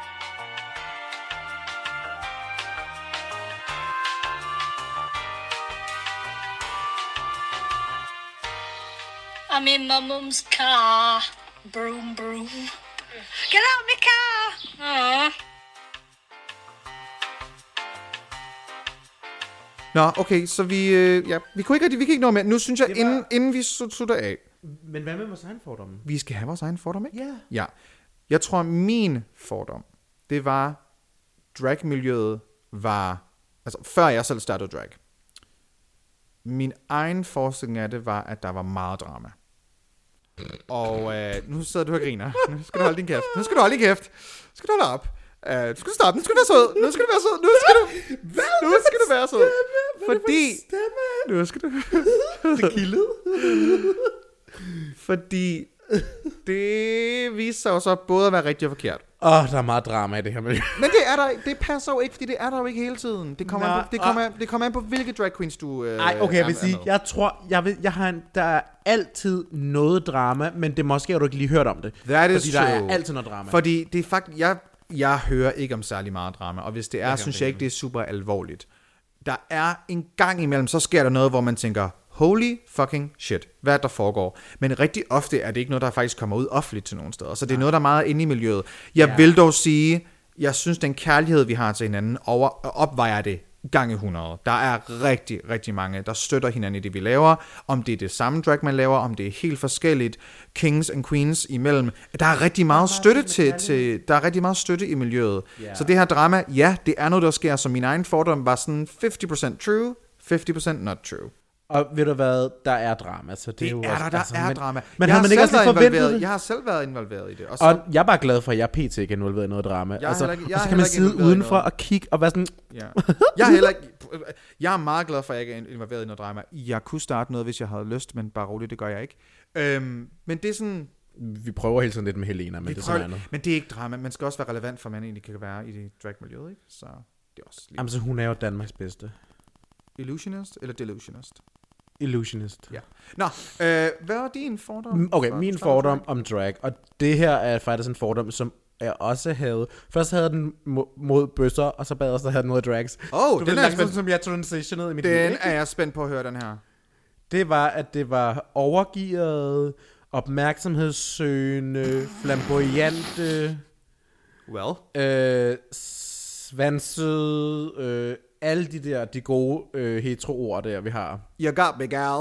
I'm in my mum's car. Broom, broom. Get out of my car! Aww. Nå, okay, så vi, øh, ja, vi kunne ikke rigtig, vi kan ikke nå med. Nu synes jeg, Det var- inden, inden vi slutter af, Men hvad med vores egen fordomme? vi skal have vores egen fordom, ikke? Ja. Ja. Jeg tror, min fordom, det var, dragmiljøet var, altså før jeg selv startede drag, min egen forestilling af det var, at der var meget drama. Og øh, nu sidder du og griner. Nu skal du holde din kæft. Nu skal du holde din kæft. Nu skal du holde op. Uh, nu skal du stoppe. Nu skal du være sød. Nu skal du være sød. Nu skal du, nu skal du være sød. Fordi... Nu skal du... Det kildede. Fordi det viser sig jo så både at være rigtigt og forkert. Åh, oh, der er meget drama i det her miljø. Men det er der ikke. Det passer jo ikke, fordi det er der jo ikke hele tiden. Det kommer, Nå, an, på, det kommer, an, det kommer an på, hvilke drag queens du øh, Nej, okay, jeg vil er- er sige, med. jeg tror, jeg, vil, jeg har en, der er altid noget drama, men det måske har du ikke lige hørt om det. That is fordi der er true. altid noget drama. Fordi det er faktisk... Jeg, jeg hører ikke om særlig meget drama, og hvis det er, Jeg synes kan jeg ikke, det er super alvorligt. Der er en gang imellem, så sker der noget, hvor man tænker, holy fucking shit, hvad er der foregår? Men rigtig ofte er det ikke noget, der faktisk kommer ud offentligt til nogle steder, så det er noget, der er meget inde i miljøet. Jeg Ja. vil dog sige, jeg synes, den kærlighed, vi har til hinanden, over, opvejer det gange hundrede. Der er rigtig, rigtig mange, der støtter hinanden i det, vi laver. Om det er det samme drag, man laver, om det er helt forskelligt. Kings and queens imellem. Der er rigtig meget støtte til, til der er rigtig meget støtte i miljøet. Yeah. Så det her drama, ja, det er noget, der sker. Så min egen fordom var sådan halvtreds procent true, halvtreds procent not true. Og ved du hvad, der er drama, så det, det er jo er også, der, der altså, er men, drama. Men jeg har man ikke også forventet det? Jeg har selv været involveret i det. Og, så, og jeg er bare glad for, at jeg pt. Ikke er involveret i noget drama. Jeg altså, ikke, jeg og så kan man sidde udenfor og kigge og være sådan... Ja. Jeg, er heller ikke, jeg er meget glad for, at jeg ikke er involveret i noget drama. Jeg kunne starte noget, hvis jeg havde lyst, men bare roligt, det gør jeg ikke. Øhm, men det er sådan... Vi prøver hele tiden lidt med Helena, men det er sådan andet. Men det er ikke drama. Man skal også være relevant for, at man egentlig kan være i det drag-miljøet, ikke? Så det er også lidt... Jamen, så hun er jo Danmarks bedste. Illusionist eller delusionist? Illusionist. Ja. Nå, øh, hvad er din fordom? Okay, min fordom om drag, og det her er faktisk en fordom, som jeg også havde. Først havde den mod bøsser, og så bagefter havde den mod drags. Åh, oh, den er sådan, som jeg transitionede i mit liv. Den er jeg spændt på at høre, den her. Det var, at det var overgearet, opmærksomhedssøgende, flamboyante, well. øh, svansede, øh, alle de der, de gode øh, hetero-ord der, vi har. You got me, gal.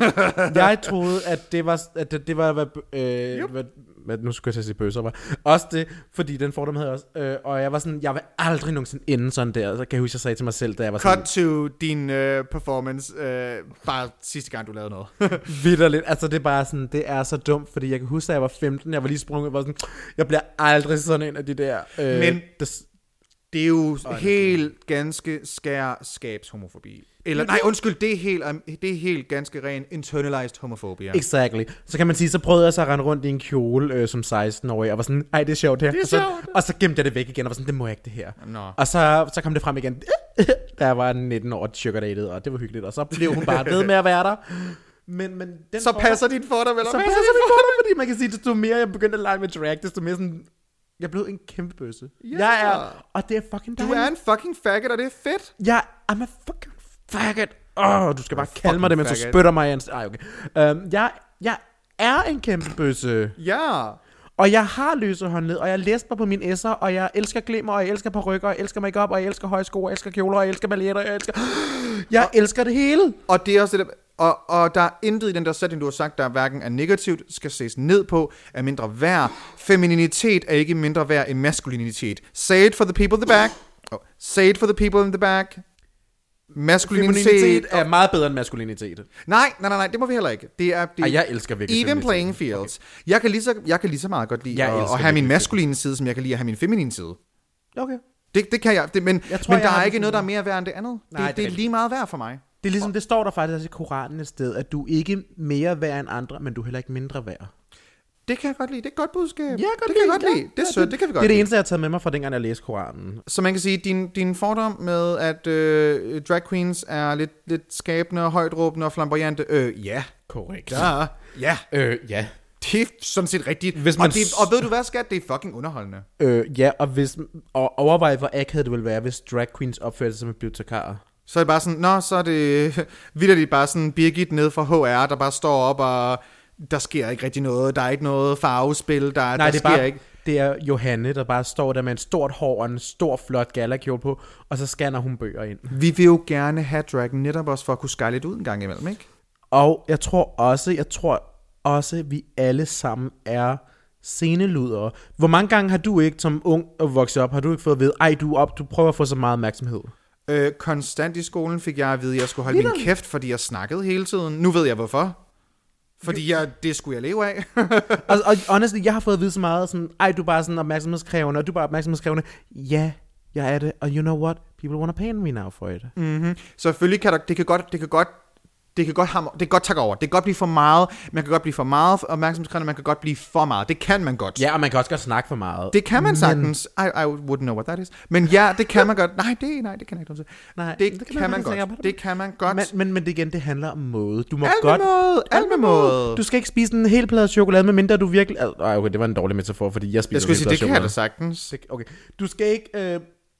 Jeg troede, at det var, at det, det var, hvad, øh, yep. hvad, hvad, nu skulle jeg til at sige bøsser, var. Også det, fordi den fordom havde jeg også, øh, og jeg var sådan, jeg vil aldrig nogensinde ende sådan der, så kan jeg huske, jeg sagde til mig selv, da jeg var Cut sådan. to din uh, performance, uh, bare sidste gang, du lavede noget. Vitterligt, altså det er bare sådan, det er så dumt, fordi jeg kan huske, at jeg var femten, jeg var lige sprunget, jeg var sådan, jeg bliver aldrig sådan en af de der. Øh, Men des, det er jo oh, helt ganske skær skabshomofobi. Eller nej, undskyld, det er helt, det er helt ganske ren internalized homofobia. Exactly. Så kan man sige, så prøvede jeg så at rende rundt i en kjole øh, som seksten-årig, og var sådan, ej, det er sjovt her. Det er og, så, sjovt. og så gemte jeg det væk igen, og var sådan, det må jeg ikke det her. Nå. Og så, så kom det frem igen, da jeg var nitten år sugar dated, og det var hyggeligt, og så blev hun bare ved med at være der. Men, men den så passer din fordom, eller så hvad? passer min fordom, fordi man kan sige, desto mere jeg begyndte at lege med drag, desto mere sådan, jeg blev en kæmpe bøsse. Yeah. Jeg er, og det er fucking dejligt. Du er en fucking faggot, og det er fedt. Jeg er en fucking faggot. Åh, oh, du skal bare kalde mig det, mens du spytter mig ind. Ej, okay. Um, jeg, jeg er en kæmpe bøsse. Ja. Og jeg har løse håndled, og jeg læste mig på mine esser, og jeg elsker glimmer, og jeg elsker parrykker, og jeg elsker makeup, og jeg elsker højsko, og jeg elsker kjoler, og jeg elsker balletter, og jeg elsker... Jeg og, elsker det hele. Og det er også det der... Og, og der er intet i den der sætning, du har sagt, der hverken er negativt, skal ses ned på, er mindre værd. Femininitet er ikke mindre værd end maskulinitet. Say it for the people in the back. Oh. Say it for the people in the back. Maskulinitet Femininitet er meget bedre end maskulinitet. Nej, nej, nej, nej, det må vi heller ikke. Det er, det Ej, jeg elsker virkelig even playing fields. Okay. Jeg, kan lige så, jeg kan lige så meget godt lide at, at have min maskuline side, som jeg kan lide at have min feminine side. Okay. Det, det kan jeg, det, men, jeg tror, men jeg der er det ikke noget, der er mere værd end det andet. Nej, det, det, det er lige meget værd for mig. Det er ligesom, det står der faktisk i Koranen et sted, at du ikke mere værd end andre, men du er heller ikke mindre værd. Det kan jeg godt lide. Det er et godt budskab. Ja, det godt kan lide. jeg godt lide. Det er ja, sødt. Det kan vi godt Det er det lide. eneste, jeg har taget med mig fra dengang, jeg læste Koranen. Så man kan sige, din, din fordom med, at øh, drag queens er lidt, lidt skabende, højtråbende og flamboyante. Øh, ja. Korrekt. Ja. Ja. Øh, ja. Det er sådan set rigtigt. Hvis man og, det, og ved du hvad, skat? Det er fucking underholdende. Øh, ja, og, hvis, og overvej, hvor akavet det ville være, hvis drag queens opførte sig som en bibliotekarer. Så er det bare sådan, nå, så er det vitterligt bare sådan Birgit ned fra H R, der bare står op, og der sker ikke rigtig noget. Der er ikke noget farvespil, der, Nej, der det er sker bare, ikke. det er Johanne, der bare står der med en stort hår og en stor, flot galakjole på, og så scanner hun bøger ind. Vi vil jo gerne have dragen netop også for at kunne skære lidt ud en gang imellem, ikke? Og jeg tror også, jeg tror også, at vi alle sammen er sceneludere. Hvor mange gange har du ikke, som ung og vokset op, har du ikke fået at vide, ej, du er op, du prøver at få så meget opmærksomhed? Øh, konstant i skolen fik jeg at vide, at jeg skulle holde Lille. min kæft, fordi jeg snakkede hele tiden. Nu ved jeg hvorfor. Fordi jeg, det skulle jeg leve af. og, og honestly, jeg har fået at vide så meget, sådan, ej, du er bare sådan opmærksomhedskrævende, og du er bare opmærksomhedskrævende. Ja, jeg er det, og you know what? People wanna pay me now for it. Mm-hmm. Selvfølgelig kan der, det kan godt, det kan godt, det kan godt, hammer, det kan godt takke over. Det kan godt blive for meget. Man kan godt blive for meget opmærksomhedskrævende, man kan godt blive for meget. Det kan man godt. Ja, og man kan også godt snakke for meget. Det kan man sagtens. I, I wouldn't know what that is. Men ja, det kan man godt. Nej, det, nej, det kan jeg ikke. Nej, det, det kan, kan man, man godt. Det kan man godt. Men, men, men det igen, det handler om måde. Du må alt godt. Med måde. Alt med måde. Du skal ikke spise en hel plade chokolade, medmindre du virkelig... Ej, okay, det var en dårlig metafor, fordi jeg spiser jeg skulle sige, det chokolade. kan jeg da sagtens. Okay. Du skal ikke... Øh,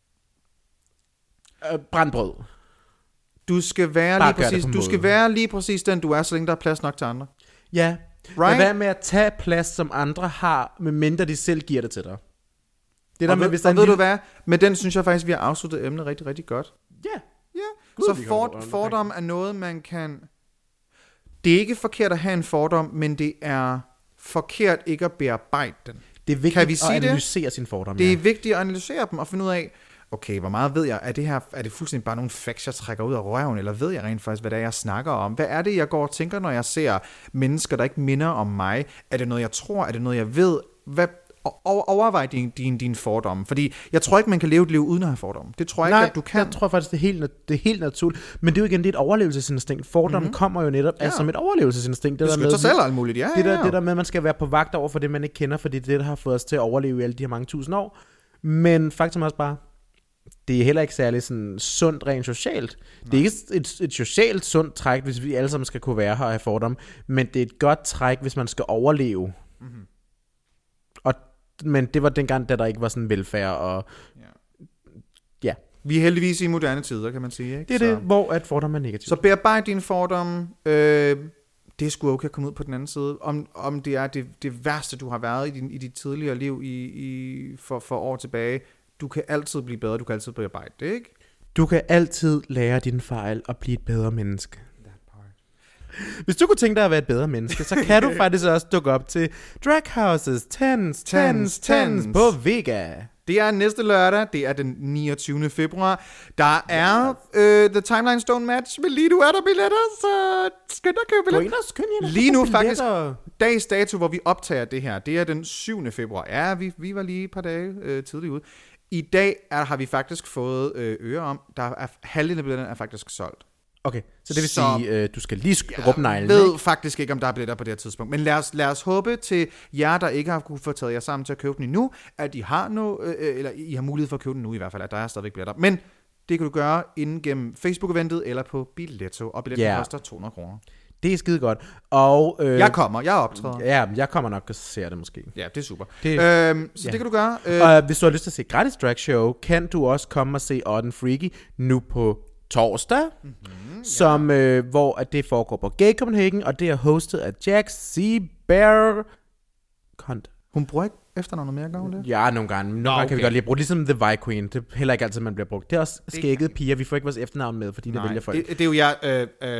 øh, brænde brød. Du skal være Bare lige præcis, du skal være lige præcis den du er, så længe der er plads nok til andre. Ja. Right? Lad være med at tage plads, som andre har, medmindre de selv giver det til dig. Det der og med, ved, hvis der og ved lille... du hvad? Med den synes jeg faktisk, vi har afsluttet emnet rigtig, rigtig godt. Ja. Så for, fordom er noget, man kan... Det er ikke forkert at have en fordom, men det er forkert ikke at bearbejde den. Det er vigtigt kan vi sige at analysere det? sin fordom. Det er ja. vigtigt at analysere dem og finde ud af, okay, hvor meget ved jeg? Er det her, er det fuldstændig bare nogle facts, jeg trækker ud af røven, eller ved jeg rent faktisk, hvad det er, jeg snakker om? Hvad er det, jeg går og tænker, når jeg ser mennesker, der ikke minder om mig? Er det noget, jeg tror? Er det noget, jeg ved? Hvad... Overvej din, din, din fordomme. Fordi jeg tror ikke, man kan leve et liv uden at have fordomme. Det tror jeg Nej, ikke, at du kan. jeg tror faktisk, det er helt, det er helt naturligt. Men det er jo igen, det er et overlevelsesinstinkt. Fordomme mm-hmm. kommer jo netop ja. af som et overlevelsesinstinkt. Det, det der med, sig selv alt muligt, ja, det, der, ja, ja. det der med, at man skal være på vagt over for det, man ikke kender, fordi det er det, der har fået os til at overleve i alle de her mange tusind år. Men faktum er også bare, det er heller ikke særlig sådan sundt rent socialt. Nej. Det er ikke et, et socialt sundt træk, hvis vi alle sammen skal kunne være her og have fordomme. Men det er et godt træk, hvis man skal overleve. Mm-hmm. Og men det var dengang, da der ikke var sådan velfærd og... Ja. ja. Vi er heldigvis i moderne tider, kan man sige, ikke? Det er så. Det, hvor at fordomme er negativt. Så bearbejd dine fordomme. Øh, det er sgu okay at komme ud på den anden side. Om, om det er det, det værste, du har været i, din, i dit tidligere liv i, i, for, for år tilbage. Du kan altid blive bedre, du kan altid bearbejde det, ikke? Du kan altid lære dine fejl og blive et bedre menneske. Hvis du kunne tænke dig at være et bedre menneske, så kan du faktisk også dukke op til Drag Houses Tens, Tens, Tens på Vega. Det er næste lørdag, det er den niogtyvende februar. Der er uh, The Timeline Stone Match, men lige nu er der billetter, så skynd dig at købe billetter. Gå ind og lige nu faktisk, dags dato, hvor vi optager det her, det er den syvende februar. Ja, vi, vi var lige et par dage øh, tidligt ude. I dag er, har vi faktisk fået øh, øre om, der er halvdelen af billetterne er faktisk solgt. Okay, så det vil så, sige, øh, du skal lige råbe neglen. Jeg ved ikke? faktisk ikke, om der er billetter på det her tidspunkt. Men lad os, lad os håbe til jer, der ikke har kunnet få taget jer sammen til at købe den endnu, at I har, no, øh, eller I har mulighed for at købe den nu i hvert fald, at der er stadigvæk billetter. Men det kan du gøre inden gennem Facebook-eventet eller på Billetto, og billetten yeah. koster to hundrede kroner. Det er skide godt. Og, øh, jeg kommer, jeg optræder. Ja, jeg kommer nok og ser det måske. Ja, det er super. Det, øhm, så ja. det kan du gøre. Øh. Og hvis du har lyst til at se gratis drag show, kan du også komme og se Odd and Freaky nu på torsdag, mm-hmm, som, ja. øh, hvor at det foregår på Gay Copenhagen, og det er hostet af Jack C. Bear. Kont. Hun bruger ikke efternavnet mere, gør hun det? Ja, nogle gange. Nogle Nå, gange okay. kan vi godt lige bruge ligesom The Vi Queen. Det er heller ikke altid, man bliver brugt. Det er også skægget piger. Vi får ikke vores efternavn med, fordi det vælger folk. Det, det er jo jeg... Uh, uh,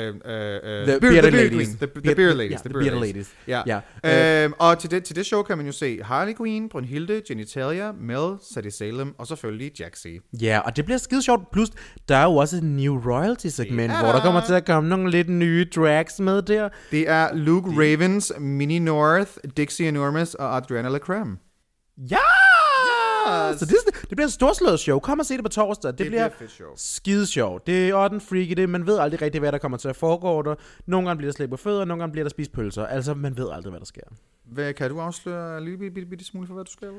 uh, the Bearded Ladies. The, the Bearded Ladies. The Bearded Ladies. Ja. ja. Uh, og til det, til det show kan man jo se Harley Quinn, Brunhilde, Genitalia, Mel, Sadie Salem og selvfølgelig Jack C. Ja, og det bliver skide sjovt. Plus, der er jo også et New Royalty-segment, hvor der kommer til at komme nogle lidt nye drags med der. Det er Luke det. Ravens, Minnie North, Dixie Enormous og Adriana LaCreme. Ja! Yes! Så det, det bliver et storslået show. Kom og se det på torsdag. Det, det bliver, bliver skide sjovt. Det er Odd and Freaky. Det, man ved aldrig rigtig, hvad der kommer til at foregå der. Nogle gange bliver der slæbt på fødder, nogle gange bliver der spist pølser. Altså, man ved aldrig, hvad der sker. Hvad, kan du afsløre en lille bitte, bitte, bitte smule for, hvad du skal?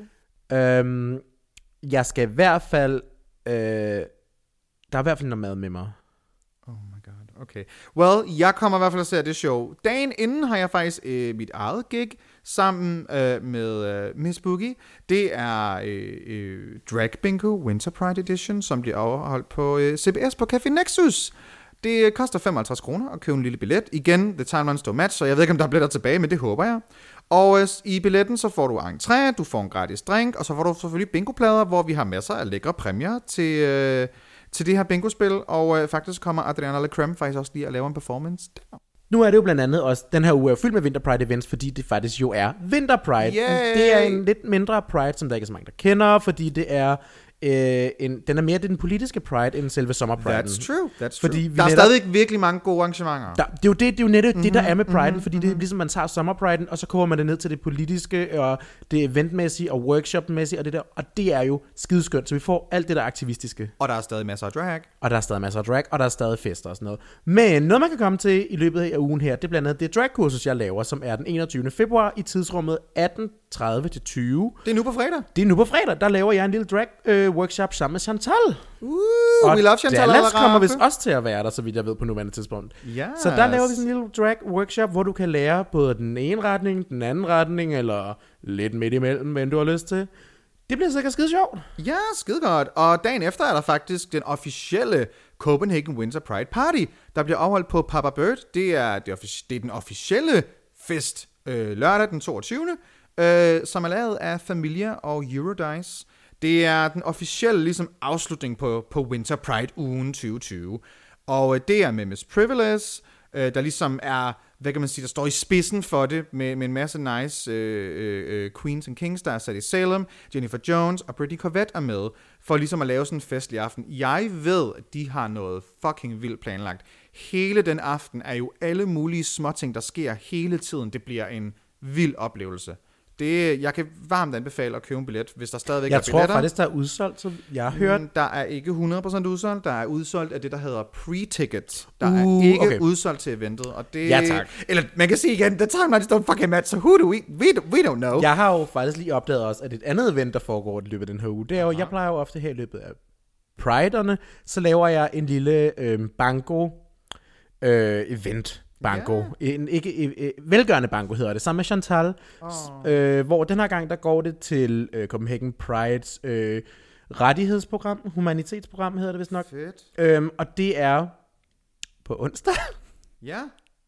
Øhm, jeg skal i hvert fald... Øh, der er i hvert fald noget mad med mig. Oh my god, okay. Well, jeg kommer i hvert fald at se det show. Dagen inden har jeg faktisk øh, mit eget gig sammen øh, med øh, Miss Boogie. Det er øh, øh, Drag Bingo Winter Pride Edition, som bliver afholdt på øh, C B S på Café Nexus. Det koster femoghalvtreds kroner at købe en lille billet. Igen, The Timeline Stone Match, så jeg ved ikke, om der er billetter tilbage, men det håber jeg. Og øh, i billetten, så får du entré, du får en gratis drink, og så får du selvfølgelig bingoplader, hvor vi har masser af lækre præmier til... Øh, til det her bingospil, og øh, faktisk kommer Adriana LaCreme faktisk også lige at lave en performance der. Nu er det jo blandt andet også, den her uge er fyldt med Winter Pride events, fordi det faktisk jo er Winter Pride. Yay! Det er en lidt mindre Pride, som der ikke er så mange, der kender, fordi det er, øh, en, den er mere den politiske Pride end selve sommerpriden. That's true, that's fordi true. Der er netop, stadig virkelig mange gode arrangementer. Der, det er jo det, det, er jo netop mm-hmm, det, der er med Priden, mm-hmm, fordi det er ligesom, man tager sommerpriden, og så kommer man det ned til det politiske, og det eventmæssige, og workshopmæssige, og det der, og det er jo skideskønt, så vi får alt det der aktivistiske. Og der er stadig masser af drag. Og der er stadig masser af drag, og der er stadig fester og sådan noget. Men noget, man kan komme til i løbet af ugen her, det er blandt andet det dragkursus, jeg laver, som er den enogtyvende februar i tidsrummet atten tredive til tyve. Det er nu på fredag? Det er nu på fredag. Der laver jeg en lille drag øh, workshop sammen med Chantal. Uh, we love Chantal. Dallas kommer vist også til at være der, så vidt jeg ved på nuværende tidspunkt. Yes. Så der laver vi sådan en lille drag workshop, hvor du kan lære både den ene retning, den anden retning, eller lidt midt imellem, men du har lyst til. Det bliver sikkert skide sjovt. Ja, skide godt. Og dagen efter er der faktisk den officielle Copenhagen Winter Pride Party, der bliver afholdt på Papa Bird. Det er, det er, det er den officielle fest øh, lørdag den toogtyvende Øh, som er lavet af Familia og Eurodice. Det er den officielle ligesom, afslutning på, på Winter Pride ugen tyve tyve. Og øh, det er med Miss Privilege, øh, der ligesom er, hvad kan man sige, der står i spidsen for det, med, med en masse nice øh, øh, queens and kings, der er sat i Salem. Jennifer Jones og Brittany Corvette er med, for ligesom at lave sådan en festlig aften. Jeg ved, at de har noget fucking vildt planlagt. Hele den aften er jo alle mulige småting, der sker hele tiden. Det bliver en vild oplevelse. Det, jeg kan varmt anbefale at købe en billet, hvis der stadigvæk jeg er billetter. Jeg tror faktisk, der er udsolgt, så jeg har hørt. Der er ikke hundrede procent udsolgt. Der er udsolgt af det, der hedder pre-tickets. Der uh, er ikke okay. udsolgt til eventet. Og det, ja, tak. Eller man kan sige igen, the time lights don't fucking match, so who do we, we, we don't know. Jeg har jo faktisk lige opdaget også, at et andet event, der foregår i løbet af den her uge, det er jo, jeg plejer jo ofte her i løbet af Pride'erne, så laver jeg en lille øh, banko øh, event. Banko. Yeah. En ikke e, e, velgørende banko hedder det, sammen med Chantal. Oh. Øh, hvor den her gang, der går det til øh, Copenhagen Prides øh, rettighedsprogram, humanitetsprogram hedder det vist nok. Fedt. Øhm, og det er på onsdag. Ja. Yeah.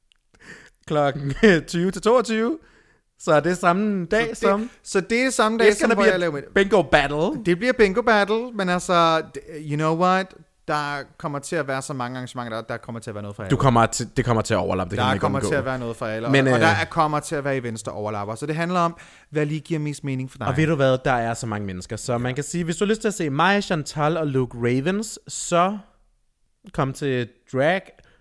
Klokken tyve til toogtyve. Så er det samme dag så det, som... Så det er det samme dag, som hvor jeg laver med det. Bingo battle. Det bliver bingo battle, men altså, you know what? Der kommer til at være så mange arrangementer, der, der kommer til at være noget for alle. Du kommer til, det kommer til at overlappe. Det der kan kommer til at være noget for alle, Men, og, og øh, der er, kommer til at være events, der overlapper. Så det handler om, hvad lige giver mest mening for dig. Og ved du hvad, der er så mange mennesker. Så ja. Man kan sige, hvis du har lyst til at se mig, Chantal og Luke Ravens, så kom til Drag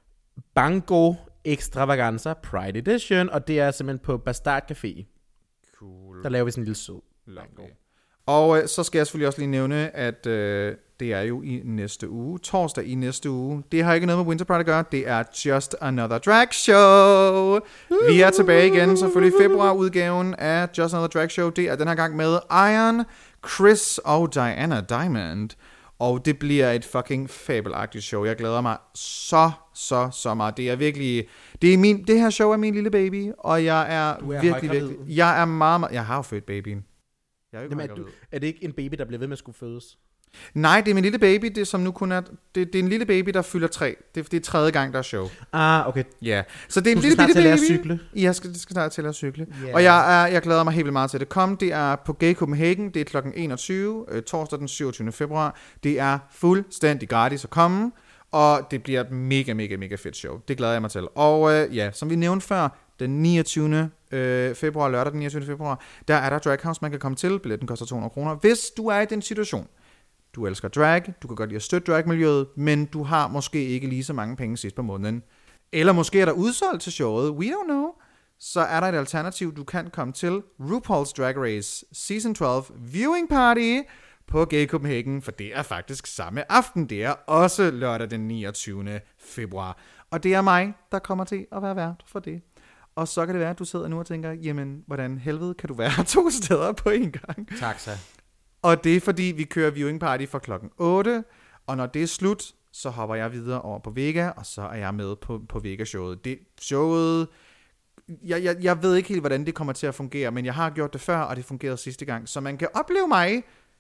Bango Extravaganza Pride Edition, og det er simpelthen på Bastard Café. Cool. Der laver vi sådan en lille sød bango. Og øh, så skal jeg selvfølgelig også lige nævne, at øh, det er jo i næste uge, torsdag i næste uge. Det har ikke noget med Winter Pride at gøre, det er Just Another Drag Show. Vi er tilbage igen, selvfølgelig februar-udgaven af Just Another Drag Show. Det er den her gang med Iron, Chris og Diana Diamond. Og det bliver et fucking fabelagtigt show. Jeg glæder mig så, så, så meget. Det er virkelig... Det, er min, det her show er min lille baby, og jeg er, er virkelig, virkelig... Jeg er meget, meget... Jeg har jo født babyen. Jeg er, Jamen, er, du, er det ikke en baby, der bliver ved med at skulle fødes? Nej, det er min lille baby, det som nu kun er... Det, det er en lille baby, der fylder tre. Det, det er tredje gang, der er show. Ah, okay. Ja, så det er en du lille bitte baby. Du skal cykle. Jeg skal, skal snart til at lære at cykle. Yeah. Og jeg, er, jeg glæder mig helt vildt meget til det. Kom, det er på Gay Copenhagen. Det er klokken enogtyve, øh, torsdag den syvogtyvende februar. Det er fuldstændig gratis at komme. Og det bliver et mega, mega, mega fedt show. Det glæder jeg mig til. Og øh, ja, som vi nævnte før, den niogtyvende februar, lørdag den niogtyvende februar, der er der Drag House, man kan komme til. Billetten koster to hundrede kroner. Hvis du er i den situation, du elsker drag, du kan godt lide at støtte dragmiljøet, men du har måske ikke lige så mange penge sidst på måneden. Eller måske er der udsolgt til showet, we don't know. Så er der et alternativ, du kan komme til RuPaul's Drag Race Season tolv Viewing Party på Gay Copenhagen, for det er faktisk samme aften. Det er også lørdag den niogtyvende februar. Og det er mig, der kommer til at være vært for det. Og så kan det være, at du sidder nu og tænker, jamen, hvordan helvede kan du være to steder på en gang? Tak så. Og det er fordi, vi kører viewing party fra klokken otte, og når det er slut, så hopper jeg videre over på Vega, og så er jeg med på, på Vega-showet. Det showet, jeg, jeg, jeg ved ikke helt, hvordan det kommer til at fungere, men jeg har gjort det før, og det fungerede sidste gang, så man kan opleve mig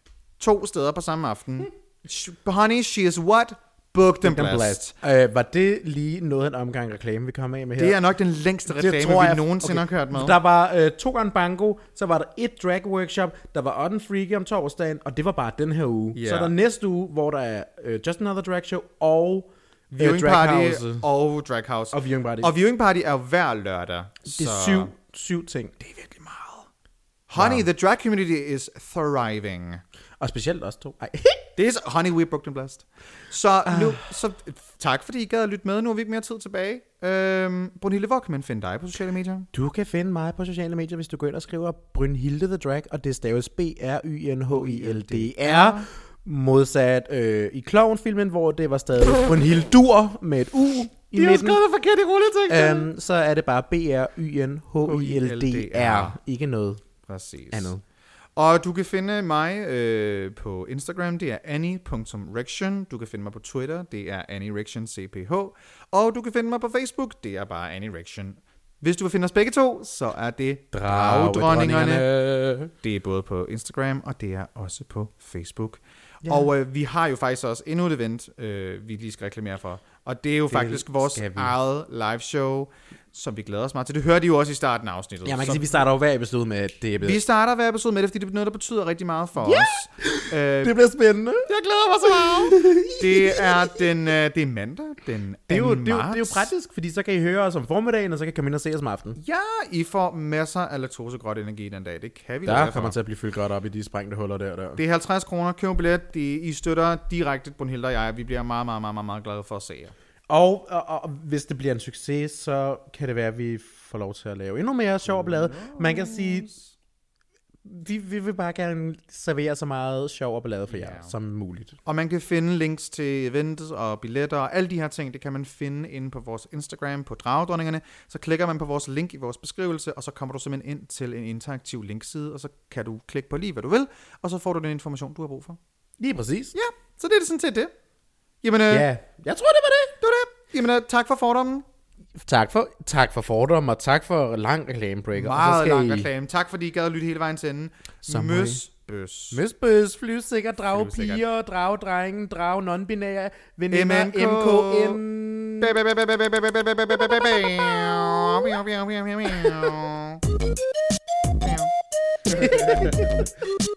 to steder på samme aften. Honey, she is what? Booked and blessed. Uh, var det lige noget af en omgang reklame, vi kom af med her? Det er nok den længste reklame, det vi jeg, nogensinde okay. har kørt med. Der var uh, to gange bango, så var der et drag workshop, der var Odd and Freaky om torsdagen, og det var bare den her uge. Yeah. Så er der næste uge, hvor der er uh, Just Another Drag Show og Viewing uh, Party House. og Drag House. Og Viewing Party. Og Viewing Party er jo hver lørdag. Det er så... syv, syv ting. Det er virkelig meget. Honey, wow. The drag community is thriving. Og specielt også to. Ej. Det er så, honey, we're booked and blessed. Så uh. nu, så tak fordi I gad at lytte med. Nu har vi ikke mere tid tilbage. Øhm, Brynhilde, hvor kan man finde dig på sociale medier? Du kan finde mig på sociale medier, hvis du går ind og skriver Brynhilde the Drag, og det staves B R Y N H I L D R. Modsat øh, i Klovn-filmen, hvor det var stadig Brynhilde Dur med et U i midten. De har skrevet forkert i rulleteksten. Øhm, så er det bare B R Y N H I L D R. Ikke noget Præcis. andet. Og du kan finde mig øh, på Instagram, det er annie punktum rection. Du kan finde mig på Twitter, det er annierection C P H. Og du kan finde mig på Facebook, det er bare annierection. Hvis du vil finde os begge to, så er det Dragdronningerne. Det er både på Instagram, og det er også på Facebook. Ja. Og øh, vi har jo faktisk også endnu et event, øh, vi lige skal reklamere for. Og det er jo Det faktisk vores skal vi. eget live show, som vi glæder os meget til. Det hørte I jo også i starten af afsnittet. Ja, man kan Så sige, at vi starter jo hver episode med det. vi starter hver episode med det, fordi det er noget, der betyder rigtig meget for Ja! os. Øh, Det bliver spændende. jeg glæder mig så meget. Det er den, øh, det er mandag, den Det er, jo, anden det, er jo, det er jo marts. praktisk, fordi så kan I høre os om formiddagen, og så kan I komme ind og se os om aftenen. Ja, I får masser af laktosegrøt energi den dag. Det kan vi Der lade kommer for. til at blive fyldt godt op i de sprængte huller der. der. Det er halvtreds kroner. Køb en billet. De, I støtter direkte Brunhilde og jeg. Vi bliver meget, meget, meget, meget, meget glade for at se jer. Og, og, og hvis det bliver en succes, så kan det være, at vi får lov til at lave endnu mere sjov blad. Man kan sige, vi, vi vil bare gerne servere så meget sjov og ballade for jer Ja. som muligt. Og man kan finde links til events og billetter og alle de her ting, det kan man finde inde på vores Instagram på Dragedronningerne. Så klikker man på vores link i vores beskrivelse, og så kommer du simpelthen ind til en interaktiv linkside, og så kan du klikke på lige, hvad du vil, og så får du den information, du har brug for. Lige præcis. Ja, så det er det sådan set det. Jamen, øh, Ja, jeg tror, det var det. det var det. Jamen, øh, tak for fordommen. Tak for, tak for fordom, og tak for lang reklamebreak. Meget lang reklame. Tak fordi I gad at lytte hele vejen til enden. Så må Møs, bøs. Møsbøs, flyvesikker, dragpiger, Flyvesikker. dragdrenge, drag non-binære, veninder, M N K. M K N. Bæ, bæ, bæ, bæ, bæ, bæ, bæ, bæ, bæ, bæ, bæ, bæ, bæ.